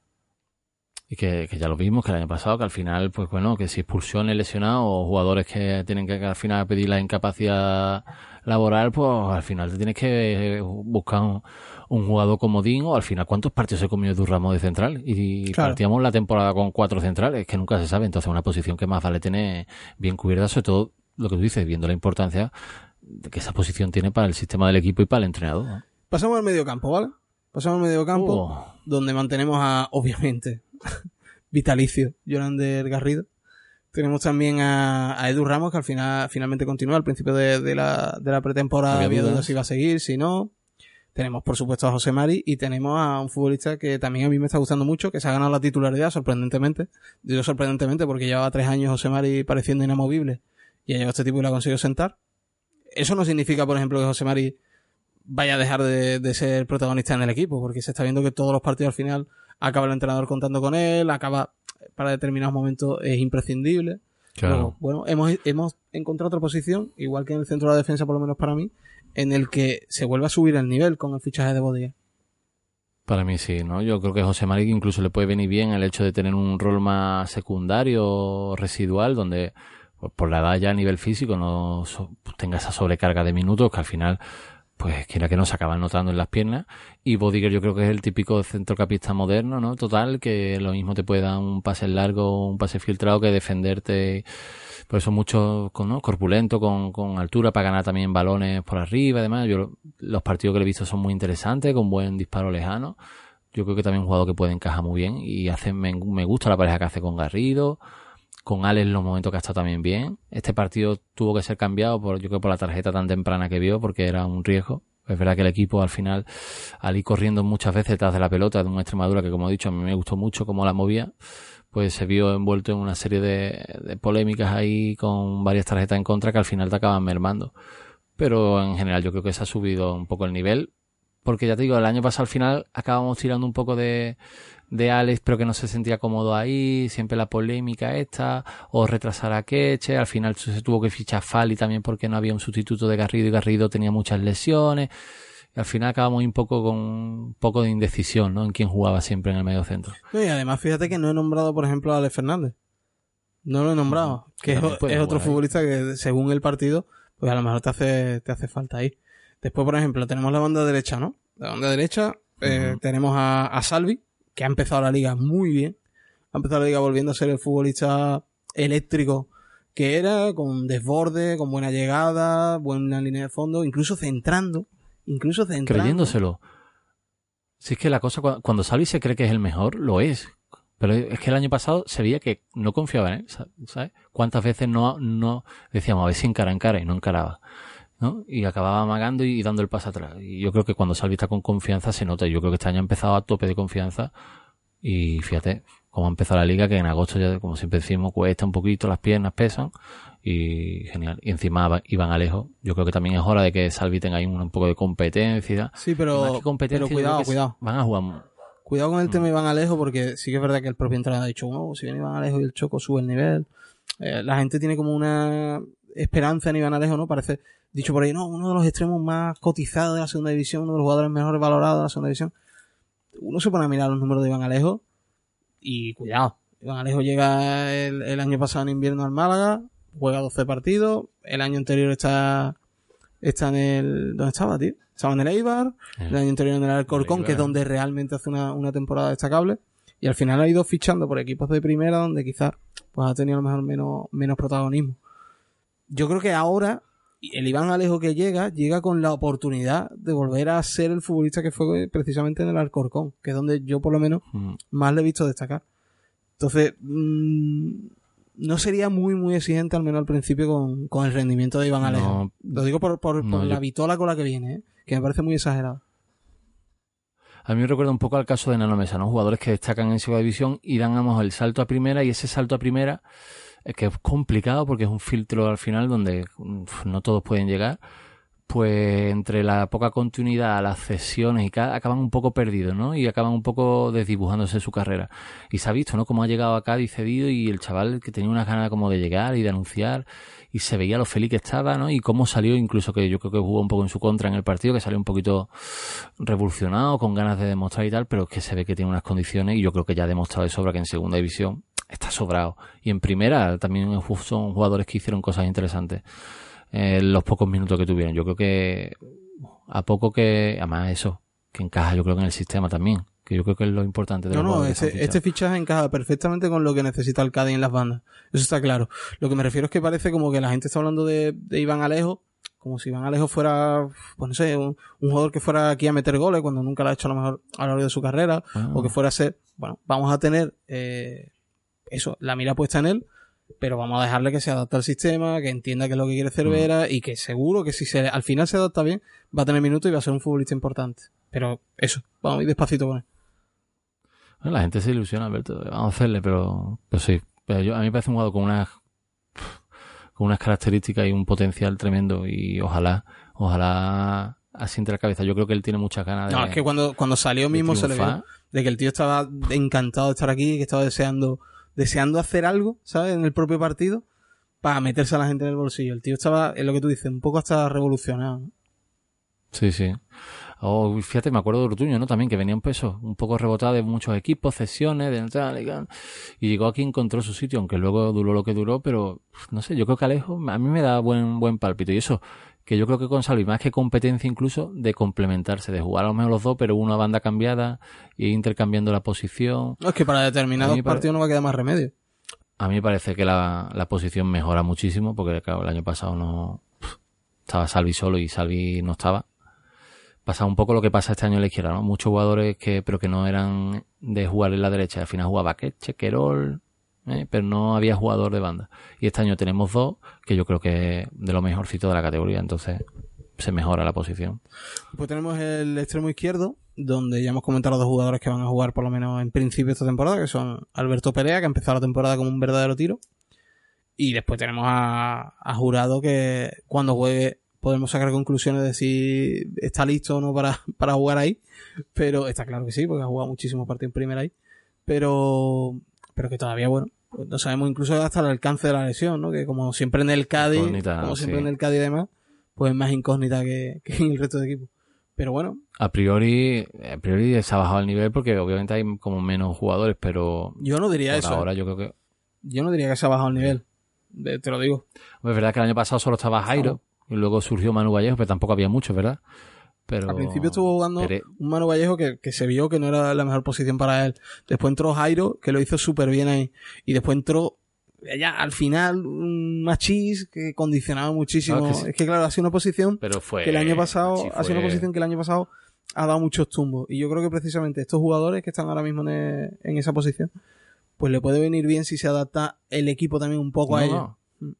Y que, que ya lo vimos que el año pasado, que al final, pues bueno, que si expulsiones, lesionados o jugadores que tienen que al final pedir la incapacidad laboral, pues al final te tienes que buscar un, un jugador comodín, o al final, ¿cuántos partidos se comió Edu Ramos de central? Y claro. partíamos la temporada con cuatro centrales, que nunca se sabe. Entonces, una posición que más vale tener bien cubierta, sobre todo lo que tú dices, viendo la importancia que esa posición tiene para el sistema del equipo y para el entrenador, ¿no? Pasamos al medio campo, ¿vale? Pasamos al medio campo, oh. donde mantenemos a, obviamente, vitalicio Yonander Garrido. Tenemos también a, a Edu Ramos, que al final finalmente continúa al principio de, de, la, de la pretemporada, viendo si va a seguir, si no. Tenemos, por supuesto, a José Mari y tenemos a un futbolista que también a mí me está gustando mucho, que se ha ganado la titularidad, sorprendentemente. Digo sorprendentemente porque llevaba tres años José Mari pareciendo inamovible y ha llegado este tipo y lo ha conseguido sentar. Eso no significa, por ejemplo, que José Mari vaya a dejar de, de ser protagonista en el equipo, porque se está viendo que todos los partidos al final acaba el entrenador contando con él, acaba para determinados momentos es imprescindible. Claro. Luego, bueno, hemos, hemos encontrado otra posición, igual que en el centro de la defensa, por lo menos para mí, en el que se vuelve a subir el nivel con el fichaje de Bodiger. Para mí sí, ¿no? Yo creo que a José Mari incluso le puede venir bien el hecho de tener un rol más secundario, residual, donde pues, por la edad ya a nivel físico no so, tenga esa sobrecarga de minutos que al final, pues quiera que no, se acaban notando en las piernas. Y Bodiger yo creo que es el típico centrocampista moderno, ¿no? Total, que lo mismo te puede dar un pase largo, un pase filtrado que defenderte. Por eso mucho, ¿no? Corpulento, con, con altura para ganar también balones por arriba, además. Yo, los partidos que le he visto son muy interesantes, con buen disparo lejano. Yo creo que también es un jugador que puede encajar muy bien y hace, me, me gusta la pareja que hace con Garrido, con Alex los momentos que ha estado también bien. Este partido tuvo que ser cambiado por, yo creo, por la tarjeta tan temprana que vio, porque era un riesgo. Es verdad que el equipo al final, al ir corriendo muchas veces detrás de la pelota de una Extremadura que, como he dicho, a mí me gustó mucho cómo la movía, pues se vio envuelto en una serie de, de polémicas ahí con varias tarjetas en contra que al final te acaban mermando. Pero en general yo creo que se ha subido un poco el nivel, porque ya te digo, el año pasado al final acabamos tirando un poco de, de Alex, pero que no se sentía cómodo ahí, siempre la polémica esta, o retrasar a Keche, al final se tuvo que fichar Fali también porque no había un sustituto de Garrido y Garrido tenía muchas lesiones. Al final acabamos un poco con un poco de indecisión, ¿no? En quién jugaba siempre en el medio centro. No, y además, fíjate que no he nombrado, por ejemplo, a Alex Fernández. No lo he nombrado. Uh-huh. Que es, es otro futbolista ahí. que, según el partido, pues a lo mejor te hace, te hace falta ahí. Después, por ejemplo, tenemos la banda derecha, ¿no? La banda derecha, eh, uh-huh. tenemos a, a Salvi, que ha empezado la liga muy bien. Ha empezado la liga volviendo a ser el futbolista eléctrico que era, con desborde, con buena llegada, buena línea de fondo, incluso centrando. Incluso centrando. Creyéndoselo. Si es que la cosa, cuando Salvi se cree que es el mejor, lo es. Pero es que el año pasado se veía que no confiaba en él, ¿sabes? ¿Cuántas veces no, no decíamos a ver si encara, encara y no encaraba, ¿no? Y acababa amagando y dando el paso atrás. Y yo creo que cuando Salvi está con confianza se nota. Yo creo que este año ha empezado a tope de confianza y fíjate cómo ha empezado la liga, que en agosto ya, como siempre decimos, cuesta un poquito, las piernas pesan. Y genial. Y encima Iván Alejo, yo creo que también es hora de que Salvi tenga ahí un, un poco de competencia. Sí, pero, competencia, pero cuidado, cuidado. Van a jugar. Cuidado con el tema Iván Alejo, porque sí que es verdad que el propio entrenador ha dicho, no, si viene Iván Alejo y el Choco sube el nivel. Eh, la gente tiene como una esperanza en Iván Alejo, ¿no? Parece, dicho por ahí, no, uno de los extremos más cotizados de la segunda división, uno de los jugadores mejores valorados de la segunda división. Uno se pone a mirar los números de Iván Alejo y cuidado. Iván Alejo llega el, el año pasado en invierno al Málaga, juega doce partidos, el año anterior está está en el... ¿Dónde estaba, tío? Estaba en el Eibar, el, el año anterior en el Alcorcón, que es donde realmente hace una, una temporada destacable, y al final ha ido fichando por equipos de primera donde quizás pues ha tenido a lo mejor menos, menos protagonismo. Yo creo que ahora el Iván Alejo que llega, llega con la oportunidad de volver a ser el futbolista que fue precisamente en el Alcorcón, que es donde yo por lo menos mm. más le he visto destacar. Entonces, mmm, no sería muy muy exigente, al menos al principio, con, con el rendimiento de Iván Alejo. No, lo digo por, por, no, por la yo... vitola con la que viene, ¿eh? Que me parece muy exagerado. A mí me recuerda un poco al caso de Nano Mesa, ¿no? Jugadores que destacan en segunda división y dan a el salto a primera, y ese salto a primera es que es complicado porque es un filtro al final donde uf, no todos pueden llegar. Pues entre la poca continuidad, las cesiones y cada, acaban un poco perdidos, ¿no? Y acaban un poco desdibujándose su carrera. Y se ha visto, ¿no? Cómo ha llegado a Cádiz cedido y el chaval que tenía unas ganas como de llegar y de anunciar, y se veía lo feliz que estaba, ¿no? Y cómo salió, incluso que yo creo que jugó un poco en su contra en el partido, que salió un poquito revolucionado, con ganas de demostrar y tal, pero es que se ve que tiene unas condiciones y yo creo que ya ha demostrado de sobra que en segunda división está sobrado. Y en primera también son jugadores que hicieron cosas interesantes. Eh, los pocos minutos que tuvieron. Yo creo que a poco que, además eso, que encaja yo creo que en el sistema también, que yo creo que es lo importante de no, los no, este, este fichaje encaja perfectamente con lo que necesita el Cádiz en las bandas. Eso está claro. Lo que me refiero es que parece como que la gente está hablando de, de Iván Alejo, como si Iván Alejo fuera, pues no sé, un, un jugador que fuera aquí a meter goles cuando nunca lo ha hecho a lo mejor a lo largo de su carrera, ah. o que fuera a ser, bueno, vamos a tener eh, eso, la mira puesta en él, pero vamos a dejarle que se adapte al sistema, que entienda qué es lo que quiere Cervera, mm. y que seguro que si se, al final se adapta bien, va a tener minutos y va a ser un futbolista importante. Pero eso, vamos a ir despacito con él. Bueno, la gente se ilusiona, Alberto, vamos a hacerle, pero, pero sí, pero yo, a mí me parece un jugador con unas con unas características y un potencial tremendo, y ojalá, ojalá asiente la cabeza. Yo creo que él tiene muchas ganas de... No, es que cuando, cuando salió mismo se le vio de que el tío estaba encantado de estar aquí, que estaba deseando deseando hacer algo, ¿sabes? En el propio partido. para meterse a la gente en el bolsillo. El tío estaba, es lo que tú dices, un poco hasta revolucionado, ¿no? Sí, sí. Oh, fíjate, me acuerdo de Ortuño, ¿no? También, que venía un peso un poco rebotado de muchos equipos, cesiones, de tal y tal. Y llegó aquí y encontró su sitio, aunque luego duró lo que duró, pero no sé, yo creo que Alejo a mí me da buen buen pálpito. Y eso, que yo creo que con Salvi, más que competencia incluso, de complementarse, de jugar a lo mejor los dos, pero una banda cambiada, e ir intercambiando la posición. No, es que para determinados partidos no va a quedar más remedio. A mí me parece que la, la posición mejora muchísimo, porque claro, el año pasado no estaba Salvi solo y Salvi no estaba. Pasa un poco lo que pasa este año en la izquierda, ¿no? Muchos jugadores que, pero que no eran de jugar en la derecha. Al final jugaba Queche, Querol, ¿eh? Pero no había jugador de banda. Y este año tenemos dos, que yo creo que es de lo mejorcito de la categoría. Entonces, se mejora la posición. Pues tenemos el extremo izquierdo, donde ya hemos comentado los dos jugadores que van a jugar por lo menos en principio esta temporada, que son Alberto Perea, que ha empezado la temporada como un verdadero tiro. Y después tenemos a, a Jurado, que cuando juegue podemos sacar conclusiones de si está listo o no para, para jugar ahí, pero está claro que sí, porque ha jugado muchísimos partidos en primera ahí, pero pero que todavía, bueno, pues no sabemos incluso hasta el alcance de la lesión, ¿no? Que como siempre en el Cádiz, incógnita, como siempre sí. en el Cádiz y demás, pues es más incógnita que, que en el resto de equipos. Pero bueno. A priori, a priori se ha bajado el nivel porque obviamente hay como menos jugadores, pero yo no diría por eso. Ahora yo creo que yo no diría que se ha bajado el nivel. Te lo digo. Es verdad que el año pasado solo estaba Jairo. Y luego surgió Manu Vallejo, pero tampoco había mucho, ¿verdad? Pero al principio estuvo jugando Pere... un Manu Vallejo que, que se vio que no era la mejor posición para él. Después entró Jairo, que lo hizo súper bien ahí. Y después entró, ya al final, un Machís que condicionaba muchísimo. Claro que sí. Es que claro, ha sido una posición pero fue, que el año pasado, fue... ha sido una posición que el año pasado ha dado muchos tumbos. Y yo creo que precisamente estos jugadores que están ahora mismo en, en esa posición, pues le puede venir bien si se adapta el equipo también un poco no, a ellos. No.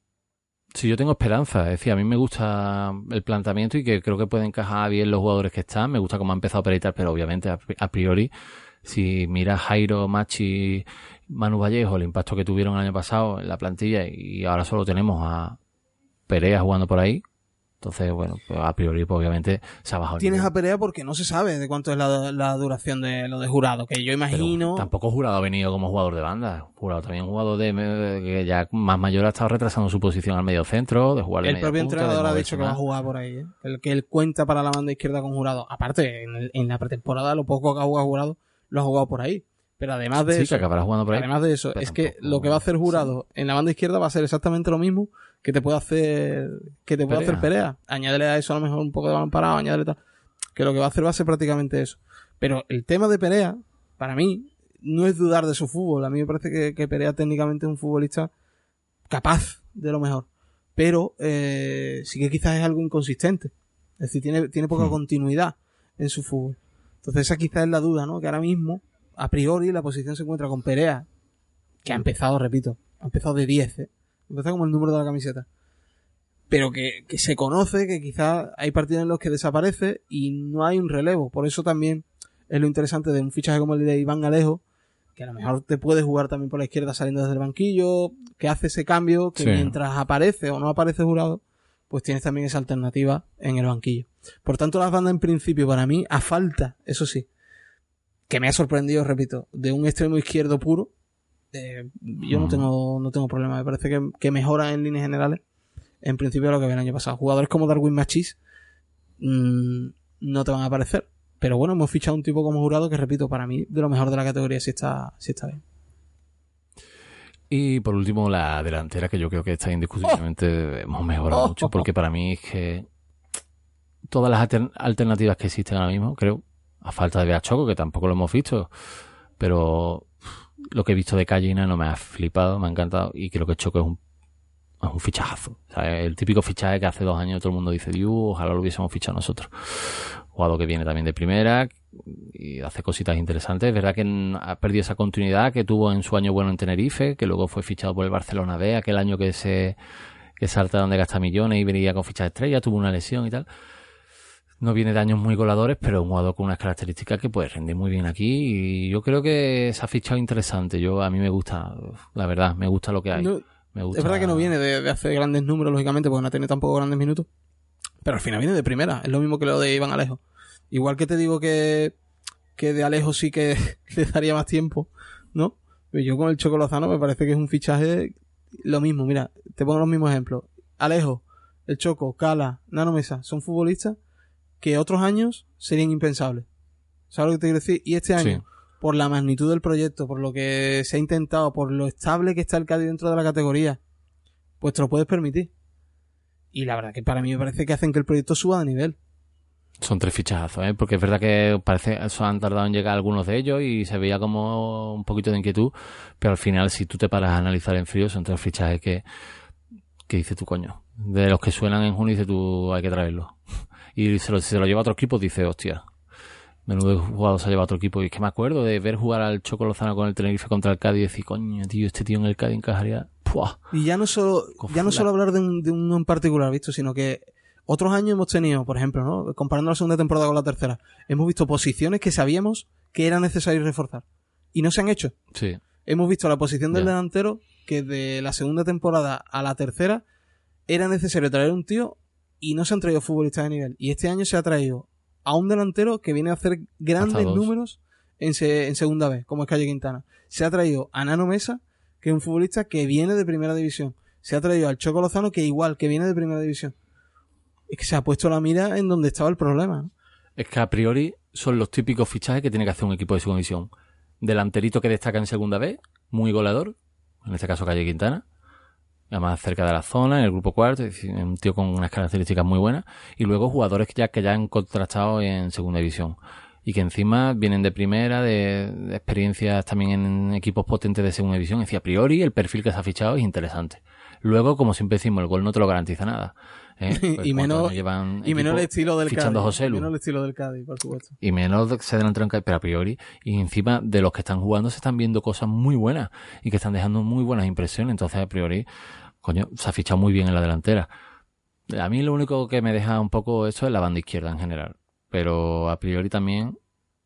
Sí, yo tengo esperanza. Es decir, a mí me gusta el planteamiento y que creo que puede encajar bien los jugadores que están. Me gusta cómo ha empezado a Peritar, pero obviamente a priori, si miras Jairo, Machi, Manu Vallejo, el impacto que tuvieron el año pasado en la plantilla y ahora solo tenemos a Perea jugando por ahí. Entonces, bueno, pues a priori, pues obviamente se ha bajado. Tienes a Perea porque no se sabe de cuánto es la, la duración de lo de Jurado, que yo imagino... Pero tampoco Jurado ha venido como jugador de banda. Jurado también jugador de, de que ya más mayor ha estado retrasando su posición al medio centro, de jugar de El propio punta, entrenador ha dicho que va a jugar por ahí, ¿eh? El que él cuenta para la banda izquierda con Jurado. Aparte, en, el, en la pretemporada, lo poco que ha jugado Jurado, lo ha jugado por ahí. Pero además de sí, eso... que acabará jugando por ahí. Además de eso, pero es tampoco, que lo que va a hacer Jurado sí. en la banda izquierda va a ser exactamente lo mismo que te puede hacer que te puede Perea. hacer Perea. Añádele a eso a lo mejor un poco de balón parado, añádele tal. Que lo que va a hacer va a ser prácticamente eso. Pero el tema de Perea, para mí, no es dudar de su fútbol. A mí me parece que, que Perea técnicamente es un futbolista capaz de lo mejor. Pero eh, sí que quizás es algo inconsistente. Es decir, tiene, tiene poca hmm. continuidad en su fútbol. Entonces esa quizás es la duda, ¿no? Que ahora mismo, a priori, la posición se encuentra con Perea, que ha empezado, repito, ha empezado de diez, ¿eh? Empieza como el número de la camiseta. Pero que, que se conoce que quizás hay partidos en los que desaparece y no hay un relevo. Por eso también es lo interesante de un fichaje como el de Iván Alejo, que a lo mejor te puede jugar también por la izquierda saliendo desde el banquillo, que hace ese cambio, que sí. mientras aparece o no aparece Jurado, pues tienes también esa alternativa en el banquillo. Por tanto, las bandas en principio para mí, a falta, eso sí, que me ha sorprendido, repito, de un extremo izquierdo puro, Eh, yo no tengo no tengo problema, me parece que, que mejora en líneas generales en principio lo que había el año pasado. Jugadores como Darwin Machís mmm, no te van a aparecer, pero bueno, hemos fichado un tipo como Jurado que, repito, para mí de lo mejor de la categoría sí está, sí está bien. Y por último la delantera, que yo creo que está indiscutiblemente oh. hemos mejorado oh, mucho, porque para mí es que todas las alter- alternativas que existen ahora mismo, creo, a falta de ver a Choco, que tampoco lo hemos visto, pero lo que he visto de Callina no me ha flipado, me ha encantado, y creo que Choco es un, es un fichajazo. O sea, el típico fichaje que hace dos años todo el mundo dice, Dios, ojalá lo hubiésemos fichado nosotros. Jugador que viene también de primera y hace cositas interesantes. Es verdad que ha perdido esa continuidad que tuvo en su año bueno en Tenerife, que luego fue fichado por el Barcelona B, aquel año que se que saltaron de gastar millones y venía con fichas estrellas, tuvo una lesión y tal. No viene de años muy goleadores, pero es un jugador con unas características que puede rendir muy bien aquí, y yo creo que se ha fichado interesante. Yo a mí me gusta, la verdad, me gusta lo que hay. No, me gusta... Es verdad que no viene de, de hacer grandes números, lógicamente, porque no tiene tampoco grandes minutos, pero al final viene de primera. Es lo mismo que lo de Iván Alejo. Igual que te digo que, que de Alejo sí que le daría más tiempo, ¿no? Pero yo con el Choco Lozano me parece que es un fichaje lo mismo, mira, te pongo los mismos ejemplos. Alejo, el Choco, Cala, Nano Mesa, son futbolistas que otros años serían impensables. ¿Sabes lo que te quiero decir? Y este año, sí, por la magnitud del proyecto, por lo que se ha intentado, por lo estable que está el Cádiz dentro de la categoría, pues te lo puedes permitir. Y la verdad que para mí me parece que hacen que el proyecto suba de nivel. Son tres fichazos, ¿eh? Porque es verdad que parece eso han tardado en llegar algunos de ellos y se veía como un poquito de inquietud, pero al final si tú te paras a analizar en frío son tres fichajes que, que dices tú, coño, de los que suenan en junio dices tú, hay que traerlo. Y se lo, si se lo lleva a otro equipo dice, hostia, menudo jugador se ha llevado a otro equipo. Y es que me acuerdo de ver jugar al Choco Lozano con el Tenerife contra el Cádiz y decir, coño, tío, este tío en el Cádiz encajaría. ¡Puah! Y ya no solo, ya no solo hablar de, un, de uno en particular, ¿visto? Sino que otros años hemos tenido, por ejemplo, ¿no? Comparando la segunda temporada con la tercera, hemos visto posiciones que sabíamos que era necesario reforzar. Y no se han hecho. Sí. Hemos visto la posición del yeah. delantero que de la segunda temporada a la tercera era necesario traer un tío y no se han traído futbolistas de nivel. Y este año se ha traído a un delantero que viene a hacer grandes números en, se, en segunda vez, como es Calle Quintana. Se ha traído a Nano Mesa, que es un futbolista que viene de primera división. Se ha traído al Choco Lozano, que igual, que viene de primera división. Es que se ha puesto la mira en donde estaba el problema, ¿no? Es que a priori son los típicos fichajes que tiene que hacer un equipo de segunda división. Delanterito que destaca en segunda vez, muy goleador, en este caso Calle Quintana, además cerca de la zona, en el grupo cuarto, es decir, un tío con unas características muy buenas, y luego jugadores que ya, que ya han contrastado en segunda división. Y que encima vienen de primera, de, de experiencias también en equipos potentes de segunda división. Es decir, a priori el perfil que se ha fichado es interesante. Luego, como siempre decimos, el gol no te lo garantiza nada. ¿eh? Pues y menos, y menos el estilo del Cádiz. José Lu. Menos el estilo del Cádiz, por supuesto. Y menos se delantero en Cádiz, pero a priori. Y encima de los que están jugando se están viendo cosas muy buenas y que están dejando muy buenas impresiones. Entonces, a priori, coño, se ha fichado muy bien en la delantera. A mí lo único que me deja un poco eso es la banda izquierda en general. Pero a priori también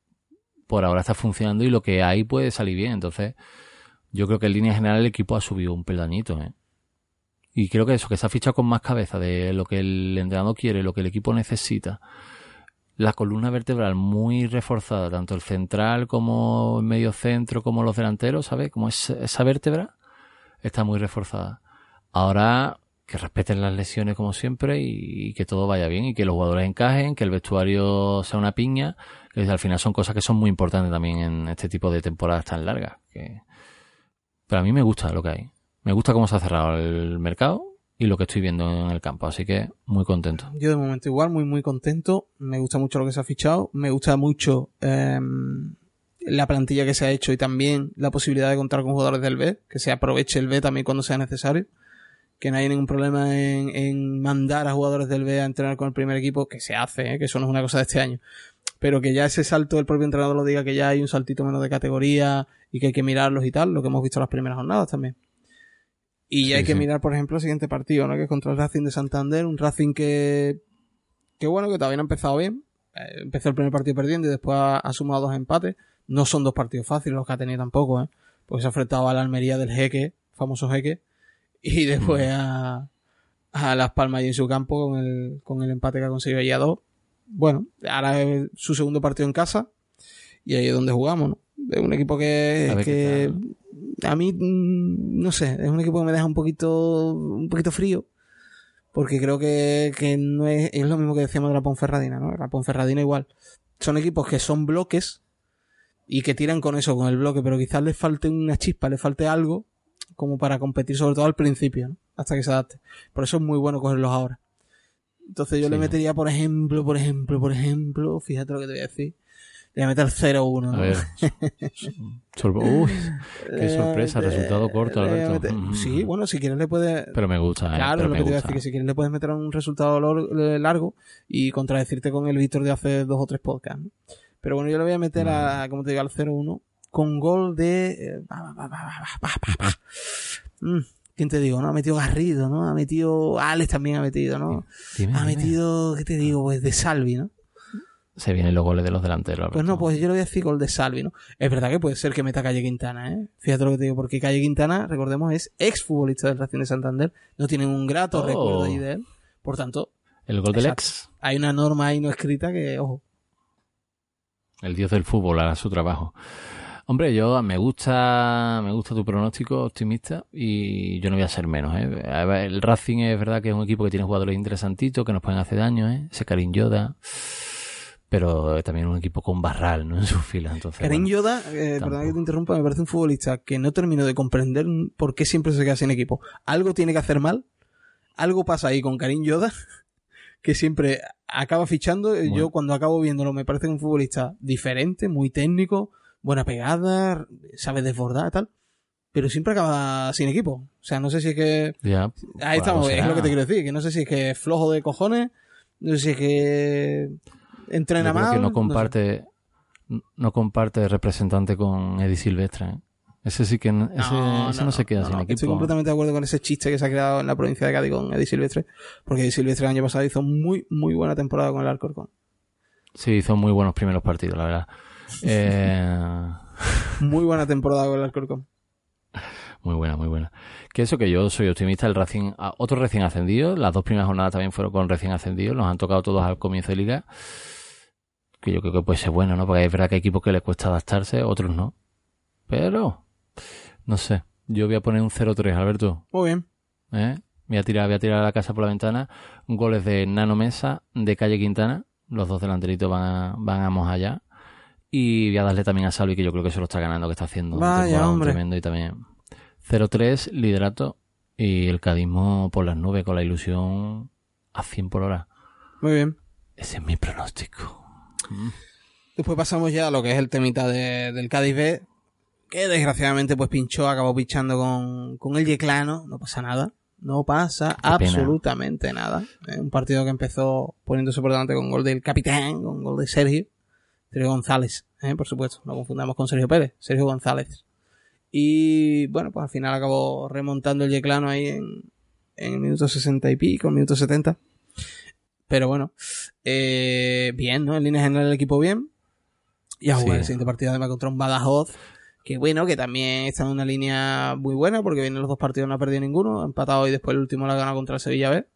por ahora está funcionando y lo que hay puede salir bien. Entonces yo creo que en línea general el equipo ha subido un peldañito, ¿eh? Y creo que eso, que se ha fichado con más cabeza de lo que el entrenador quiere, lo que el equipo necesita. La columna vertebral muy reforzada, tanto el central como el medio centro, como los delanteros, ¿sabes? Como es, esa vértebra está muy reforzada. Ahora que respeten las lesiones como siempre y, y que todo vaya bien y que los jugadores encajen, que el vestuario sea una piña, que al final son cosas que son muy importantes también en este tipo de temporadas tan largas. Que... Pero a mí me gusta lo que hay. Me gusta cómo se ha cerrado el mercado y lo que estoy viendo en el campo, así que muy contento. Yo de momento igual, muy muy contento. Me gusta mucho lo que se ha fichado, me gusta mucho eh, la plantilla que se ha hecho y también la posibilidad de contar con jugadores del B, que se aproveche el B también cuando sea necesario, que no haya ningún problema en, en mandar a jugadores del B a entrenar con el primer equipo, que se hace, ¿eh? Que eso no es una cosa de este año, pero que ya ese salto del propio entrenador lo diga, que ya hay un saltito menos de categoría y que hay que mirarlos y tal, lo que hemos visto en las primeras jornadas también. Y sí, hay que sí. mirar, por ejemplo, el siguiente partido, ¿no? Que es contra el Racing de Santander, un Racing que, que bueno, que todavía no ha empezado bien. Eh, empezó el primer partido perdiendo y después ha, ha sumado dos empates. No son dos partidos fáciles los que ha tenido tampoco, ¿eh? Porque se ha enfrentado a la Almería del Jeque, famoso Jeque, y después a, a Las Palmas y en su campo con el, con el empate que ha conseguido allí a dos. Bueno, ahora es su segundo partido en casa y ahí es donde jugamos, ¿no? Es un equipo que, a que a mí, no sé, es un equipo que me deja un poquito un poquito frío, porque creo que, que no es, es lo mismo que decíamos de la Ponferradina, ¿no? La Ponferradina igual. Son equipos que son bloques y que tiran con eso, con el bloque, pero quizás les falte una chispa, les falte algo como para competir, sobre todo al principio, ¿no? Hasta que se adapte. Por eso es muy bueno cogerlos ahora. Entonces yo sí. le metería, por ejemplo, por ejemplo, por ejemplo, fíjate lo que te voy a decir. Le voy a meter cero uno. A ver. Uy, qué sorpresa, resultado corto, Alberto. Meter... Sí, bueno, si quieres le puedes... Pero me gusta, ¿eh? Claro, Pero lo me que te iba a gusta. decir, que si quieres le puedes meter un resultado largo y contradecirte con el Víctor de hace dos o tres podcasts, ¿no? Pero bueno, yo le voy a meter mm. a, como te digo, al cero uno con gol de... Mm. ¿Quién te digo? ¿No? Ha metido Garrido, ¿no? Ha metido... Alex también ha metido, ¿no? Dime, ha metido, dime. ¿Qué te digo? Pues de Salvi, ¿no? Se vienen los goles de los delanteros. Alberto. Pues no, pues yo le voy a decir gol de Salvi, ¿no? Es verdad que puede ser que meta Calle Quintana, ¿eh? Fíjate lo que te digo, porque Calle Quintana, recordemos, es exfutbolista del Racing de Santander. No tiene un grato oh. recuerdo ahí de él. Por tanto... El gol del ex. Hay una norma ahí no escrita que, ojo. El dios del fútbol hará su trabajo. Hombre, yo me gusta me gusta tu pronóstico optimista y yo no voy a ser menos, ¿eh? A ver, el Racing es verdad que es un equipo que tiene jugadores interesantitos que nos pueden hacer daño, ¿eh? Ese Karim Yoda, pero también un equipo con Barral, ¿no? En sus filas. Entonces, Karim bueno, Yoda, eh, perdón que te interrumpa, me parece un futbolista que no termino de comprender por qué siempre se queda sin equipo. Algo tiene que hacer mal, algo pasa ahí con Karim Yoda que siempre acaba fichando. Bueno. Yo cuando acabo viéndolo me parece un futbolista diferente, muy técnico, buena pegada, sabe desbordar y tal, pero siempre acaba sin equipo. O sea, no sé si es que... Ya, ahí estamos, es lo que te quiero decir, que no sé si es que es flojo de cojones, no sé si es que entrena yo creo mal. que no comparte, no, no comparte representante con Eddie Silvestre, ¿eh? Ese sí que ese, no, ese no, no se queda no, sin no. equipo. Estoy completamente de acuerdo con ese chiste que se ha creado en la provincia de Cádiz con Eddie Silvestre, porque Eddie Silvestre el año pasado hizo muy, muy buena temporada con el Alcorcón. Sí, hizo muy buenos primeros partidos, la verdad. Eh... Muy buena temporada con el Alcorcón. Muy buena, muy buena. Que eso que yo soy optimista, el Racing, otro recién ascendido, las dos primeras jornadas también fueron con recién ascendidos, nos han tocado todos al comienzo de liga, que yo creo que puede ser bueno, ¿no? Porque es verdad que hay equipos que les cuesta adaptarse, otros no. Pero, no sé, yo voy a poner un cero tres, Alberto. Muy bien. ¿Eh? Voy a tirar, voy a tirar a la casa por la ventana, goles de Nano Mesa, de Calle Quintana, los dos delanteritos van a, van a mojar allá. Y voy a darle también a Salvi, que yo creo que se lo está ganando, que está haciendo Vaya, un hombre. tremendo y también cero tres, liderato y el cadismo por las nubes con la ilusión a cien por hora. Muy bien. Ese es mi pronóstico. Mm. Después pasamos ya a lo que es el temita de, del Cádiz B, que desgraciadamente pues pinchó, acabó pinchando con, con el Yeclano, no pasa nada. No pasa Qué absolutamente pena. nada. Es un partido que empezó poniéndose por delante con gol del capitán, con gol de Sergio. Sergio González, ¿eh? Por supuesto, no confundamos con Sergio Pérez, Sergio González. Y bueno, pues al final acabó remontando el Yeclano ahí en, en el minuto sesenta y pico, el minuto setenta. Pero bueno, eh, bien, ¿no? En línea general el equipo bien. Y a jugar sí. El siguiente partido además contra un Badajoz, que bueno, que también está en una línea muy buena, porque vienen los dos partidos, no ha perdido ninguno, ha empatado y después el último lo ha ganado contra el Sevilla B.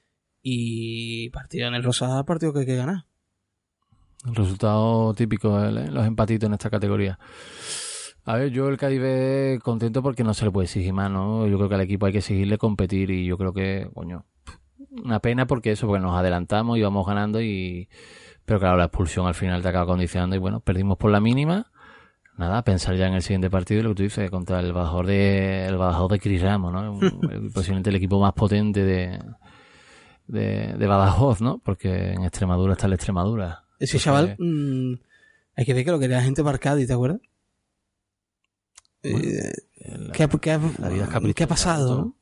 Y partido en el Rosada, partido que hay que ganar. El resultado típico de los empatitos en esta categoría. A ver, yo el Cádiz B contento porque no se le puede exigir más, ¿no? Yo creo que al equipo hay que exigirle competir y yo creo que, coño, una pena porque eso, porque nos adelantamos, íbamos ganando y... Pero claro, la expulsión al final te acaba condicionando y bueno, perdimos por la mínima. Nada, pensar ya en el siguiente partido y lo que tú dices, contra el Badajoz de, el Badajoz de Cris Ramos, ¿no? Un, posiblemente el equipo más potente de, de, de Badajoz, ¿no? Porque en Extremadura está la Extremadura. Ese Entonces, chaval, mmm, hay que ver que lo quería la gente para Cádiz, ¿te acuerdas? Bueno, eh, la, ¿qué, qué, ha, ¿Qué ha pasado? ¿No?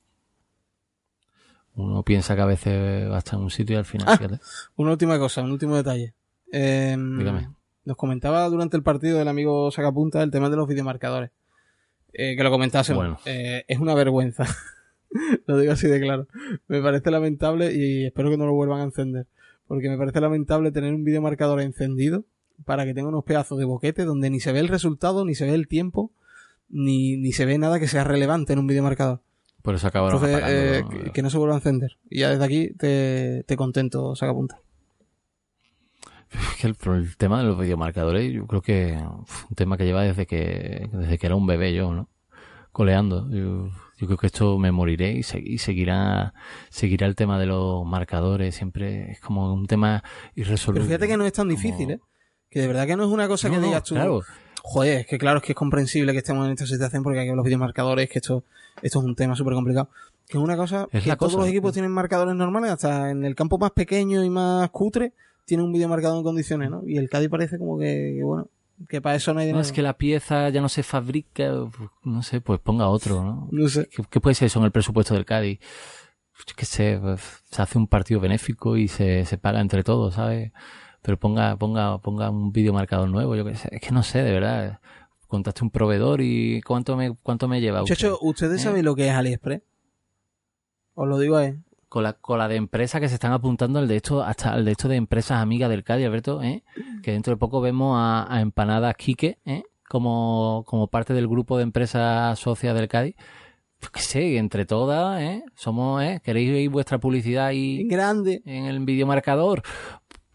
Uno piensa que a veces va a estar en un sitio y al final... Ah, fíjate. Una última cosa, un último detalle. Eh, Dígame. Nos comentaba durante el partido el amigo Sacapunta el tema de los videomarcadores. Eh, que lo comentase. Bueno. Eh, es una vergüenza. Lo digo así de claro. Me parece lamentable y espero que no lo vuelvan a encender. Porque me parece lamentable tener un videomarcador encendido para que tenga unos pedazos de boquete donde ni se ve el resultado, ni se ve el tiempo, ni, ni se ve nada que sea relevante en un videomarcador. Por eso acabaron Entonces, apagando, eh, ¿no? que, que no se vuelva a encender. Y ya desde aquí te, te contento, Sacapunta. Es que el, el tema de los videomarcadores, yo creo que es un tema que lleva desde que desde que era un bebé yo, ¿no? Coleando. Yo, yo creo que esto me moriré y, se, y seguirá seguirá el tema de los marcadores. Siempre es como un tema irresoluble. Pero fíjate que no es tan difícil, como... ¿eh? Que de verdad que no es una cosa no, que no, digas tú... Claro. Joder, es que claro, es que es comprensible que estemos en esta situación porque aquí los videomarcadores, que esto, esto es un tema súper complicado. Que es una cosa es que la todos cosa, los equipos ¿no? tienen marcadores normales, hasta en el campo más pequeño y más cutre tiene un videomarcador en condiciones, ¿no? Y el Cádiz parece como que, que bueno, que para eso no hay dinero. No, es que la pieza ya no se fabrica, no sé, pues ponga otro, ¿no? No sé. ¿Qué, qué puede ser eso en el presupuesto del Cádiz? Yo qué sé, pues, se hace un partido benéfico y se, se paga entre todos, ¿sabes? Pero ponga, ponga, ponga un videomarcador nuevo, yo qué sé, es que no sé, de verdad. Contaste un proveedor y ¿cuánto me, cuánto me lleva? Muchachos, ¿ustedes ¿Eh? saben lo que es AliExpress? Os lo digo ahí. Con la, con la de empresas que se están apuntando al de esto, hasta al de esto de empresas amigas del Cádiz, Alberto, ¿eh? Que dentro de poco vemos a, a Empanadas Quique, ¿eh? Como, como parte del grupo de empresas socias del Cádiz. Pues qué sé, entre todas, ¿eh? Somos, ¿eh? ¿Queréis ver vuestra publicidad ahí grande en el videomarcador?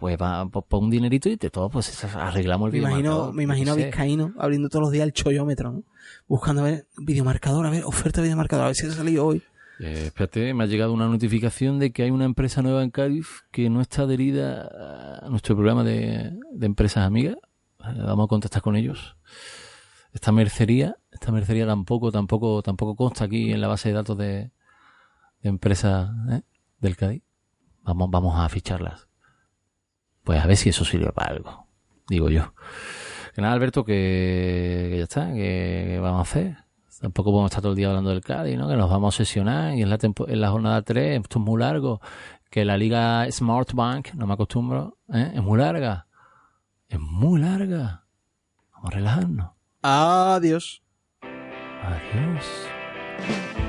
pues va por, por un dinerito y de todo, pues arreglamos el me imagino, videomarcador. me imagino a Vizcaíno abriendo todos los días el chollómetro, ¿no? Buscando a ver videomarcador, a ver, oferta de videomarcador, a ver si ha salido hoy. Eh, espérate, me ha llegado una notificación de que hay una empresa nueva en Cádiz que no está adherida a nuestro programa de, de empresas amigas. Vamos a contactar con ellos. Esta mercería, esta mercería tampoco, tampoco, tampoco consta aquí en la base de datos de, de empresas, ¿eh? del Cádiz. Vamos, vamos a ficharlas. Pues a ver si eso sirve para algo, digo yo. Que nada, Alberto, que, que ya está, que, que vamos a hacer. Tampoco podemos estar todo el día hablando del Cádiz, ¿no? Que nos vamos a obsesionar y en la, tempo, en la jornada tres, esto es muy largo. Que la liga Smart Bank, no me acostumbro, ¿eh? Es muy larga. Es muy larga. Vamos a relajarnos. Adiós. Adiós.